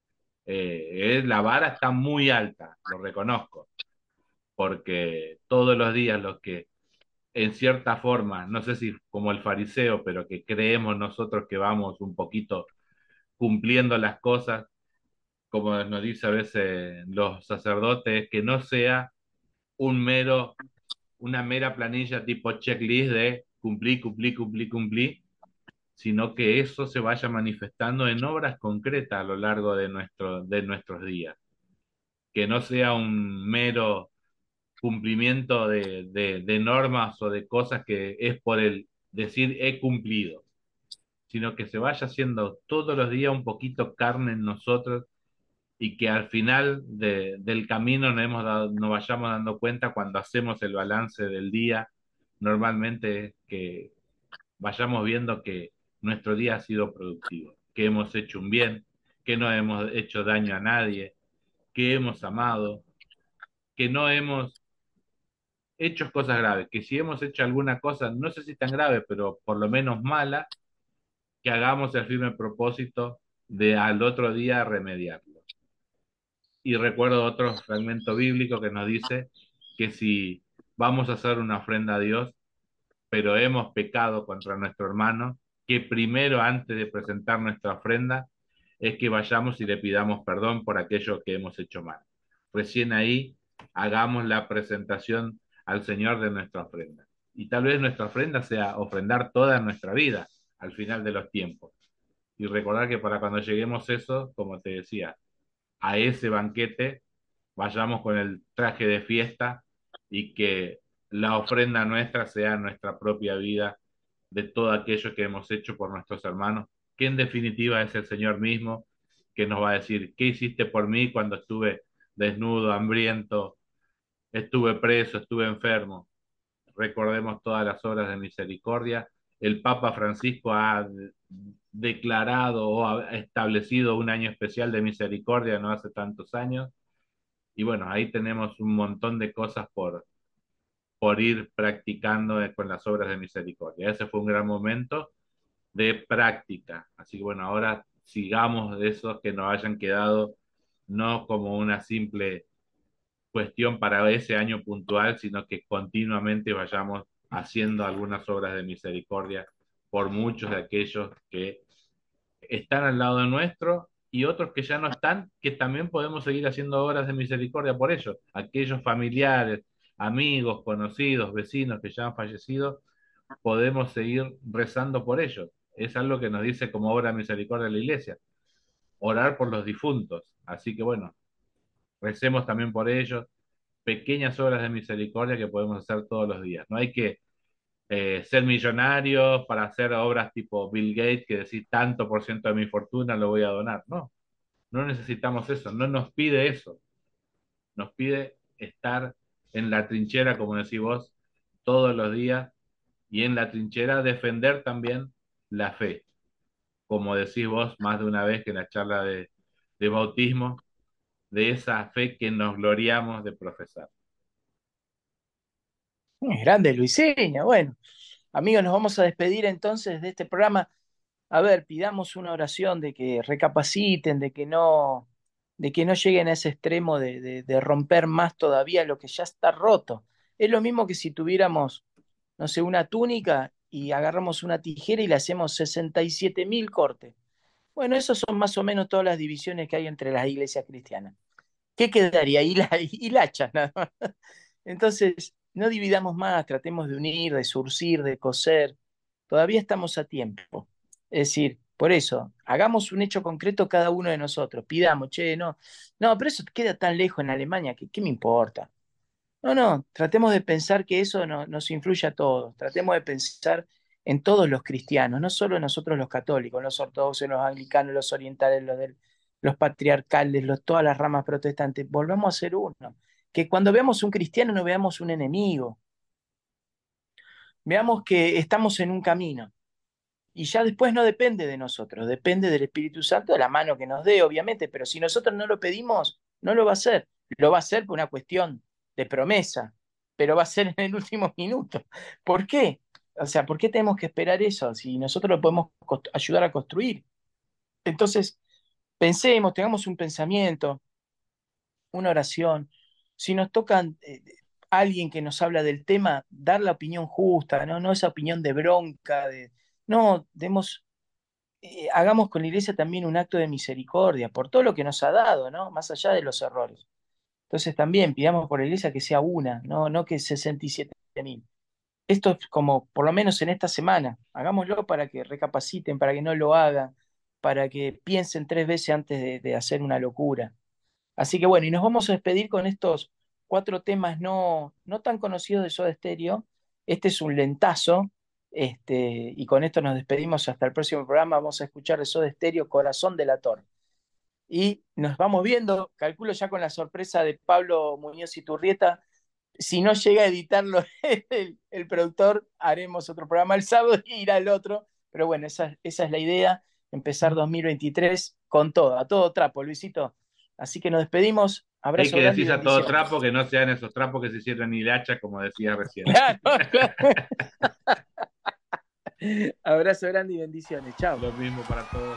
La vara está muy alta, lo reconozco, porque todos los días los que en cierta forma, no sé si como el fariseo, pero que creemos nosotros que vamos un poquito cumpliendo las cosas, como nos dice a veces los sacerdotes, que no sea un mero, una mera planilla tipo checklist de cumplí, cumplí, cumplí, cumplí, sino que eso se vaya manifestando en obras concretas a lo largo de nuestros días, que no sea un mero cumplimiento de normas o de cosas que es por el decir he cumplido, sino que se vaya haciendo todos los días un poquito carne en nosotros y que al final del camino nos vayamos dando cuenta cuando hacemos el balance del día, normalmente que vayamos viendo que nuestro día ha sido productivo, que hemos hecho un bien, que no hemos hecho daño a nadie, que hemos amado, que no hemos hecho cosas graves, que si hemos hecho alguna cosa, no sé si tan grave, pero por lo menos mala, que hagamos el firme propósito de al otro día remediarlo. Y recuerdo otro fragmento bíblico que nos dice que si vamos a hacer una ofrenda a Dios, pero hemos pecado contra nuestro hermano, que primero antes de presentar nuestra ofrenda es que vayamos y le pidamos perdón por aquello que hemos hecho mal. Recién ahí hagamos la presentación al Señor de nuestra ofrenda. Y tal vez nuestra ofrenda sea ofrendar toda nuestra vida al final de los tiempos. Y recordar que para cuando lleguemos eso, como te decía, a ese banquete, vayamos con el traje de fiesta y que la ofrenda nuestra sea nuestra propia vida de todo aquello que hemos hecho por nuestros hermanos, que en definitiva es el Señor mismo que nos va a decir, ¿qué hiciste por mí cuando estuve desnudo, hambriento, estuve preso, estuve enfermo? Recordemos todas las obras de misericordia. El Papa Francisco ha declarado o ha establecido un año especial de misericordia no hace tantos años. Y bueno, ahí tenemos un montón de cosas por ir practicando con las obras de misericordia. Ese fue un gran momento de práctica. Así que bueno, ahora sigamos de esos que nos hayan quedado no como una simple cuestión para ese año puntual, sino que continuamente vayamos haciendo algunas obras de misericordia por muchos de aquellos que están al lado nuestro y otros que ya no están, que también podemos seguir haciendo obras de misericordia por ellos. Aquellos familiares, amigos, conocidos, vecinos que ya han fallecido, podemos seguir rezando por ellos. Es algo que nos dice como obra de misericordia de la iglesia, orar por los difuntos. Así que bueno, recemos también por ellos, pequeñas obras de misericordia que podemos hacer todos los días. No hay que ser millonarios para hacer obras tipo Bill Gates, que decir tanto por ciento de mi fortuna lo voy a donar. No, no necesitamos eso, no nos pide eso. Nos pide estar en la trinchera, como decís vos, todos los días y en la trinchera defender también la fe. Como decís vos más de una vez que en la charla de bautismo, de esa fe que nos gloriamos de profesar. Grande Luiseña. Bueno, amigos, nos vamos a despedir entonces de este programa. A ver, pidamos una oración de que recapaciten, de que no lleguen a ese extremo de romper más todavía lo que ya está roto. Es lo mismo que si tuviéramos, no sé, una túnica y agarramos una tijera y le hacemos 67.000 cortes. Bueno, esos son más o menos todas las divisiones que hay entre las iglesias cristianas. ¿Qué quedaría? Hilachas nada más. Entonces, no dividamos más, tratemos de unir, de surcir, de coser. Todavía estamos a tiempo. Es decir, por eso, hagamos un hecho concreto cada uno de nosotros, pidamos, che, no, pero eso queda tan lejos en Alemania, ¿qué me importa? No, tratemos de pensar que eso nos influye a todos, tratemos de pensar en todos los cristianos, no solo nosotros los católicos, los ortodoxos, los anglicanos, los orientales, los patriarcales, todas las ramas protestantes, volvamos a ser uno. Que cuando veamos un cristiano no veamos un enemigo, veamos que estamos en un camino. Y ya después no depende de nosotros, depende del Espíritu Santo, de la mano que nos dé, obviamente, pero si nosotros no lo pedimos, no lo va a hacer. Lo va a hacer por una cuestión de promesa, pero va a ser en el último minuto. ¿Por qué? O sea, ¿por qué tenemos que esperar eso si nosotros lo podemos ayudar a construir? Entonces, pensemos, tengamos un pensamiento, una oración. Si nos tocan alguien que nos habla del tema, dar la opinión justa, no esa opinión de bronca, no, hagamos con la iglesia también un acto de misericordia por todo lo que nos ha dado, ¿no? Más allá de los errores. Entonces también pidamos por la iglesia que sea una, no que 67.000. Esto es como, por lo menos en esta semana, hagámoslo para que recapaciten, para que no lo hagan, para que piensen 3 veces antes de hacer una locura. Así que bueno, y nos vamos a despedir con estos 4 temas no tan conocidos de Soda Stereo. Este es un lentazo, y con esto nos despedimos hasta el próximo programa. Vamos a escuchar de Soda Stereo, Corazón Delator. Y nos vamos viendo, calculo ya con la sorpresa de Pablo Muñoz Iturrieta. Si no llega a editarlo el productor, haremos otro programa el sábado y irá el otro. Pero bueno, esa es la idea, empezar 2023 con todo, a todo trapo, Luisito. Así que nos despedimos. Abrazo. Hay que decir a todo trapo, que no sean esos trapos que se hicieron hilacha, como decía recién. Claro. Abrazo grande y bendiciones. Chao. Lo mismo para todos.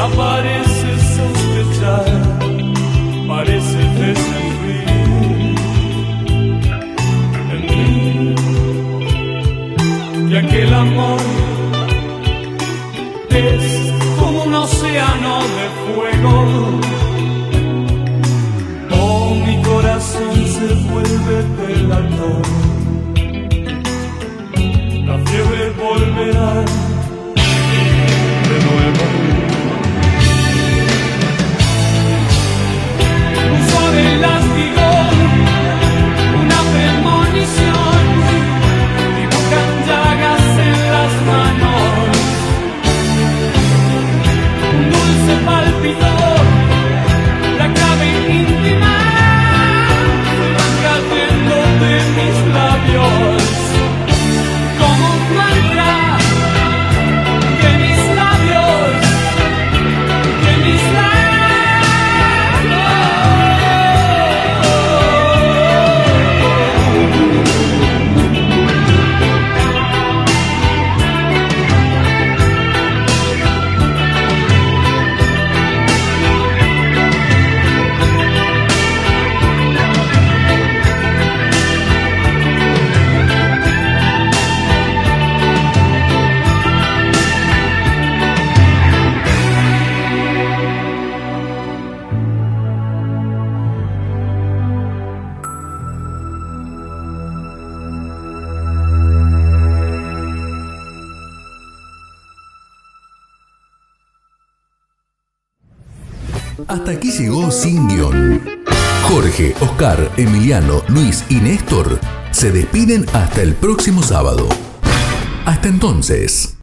Parece sospechar, parece desenfrir en mí, ya que el amor es como un océano de fuego. Oh, mi corazón se vuelve delator, la fiebre volverá de nuevo. El látigo, una premonición, dibujan llagas en las manos, un dulce pálpito, la clave íntima, se van cayendo de mis labios, como un mantra, que mis labios, que mis labios. Hasta aquí llegó Sin Guión. Jorge, Oscar, Emiliano, Luis y Néstor se despiden hasta el próximo sábado. Hasta entonces.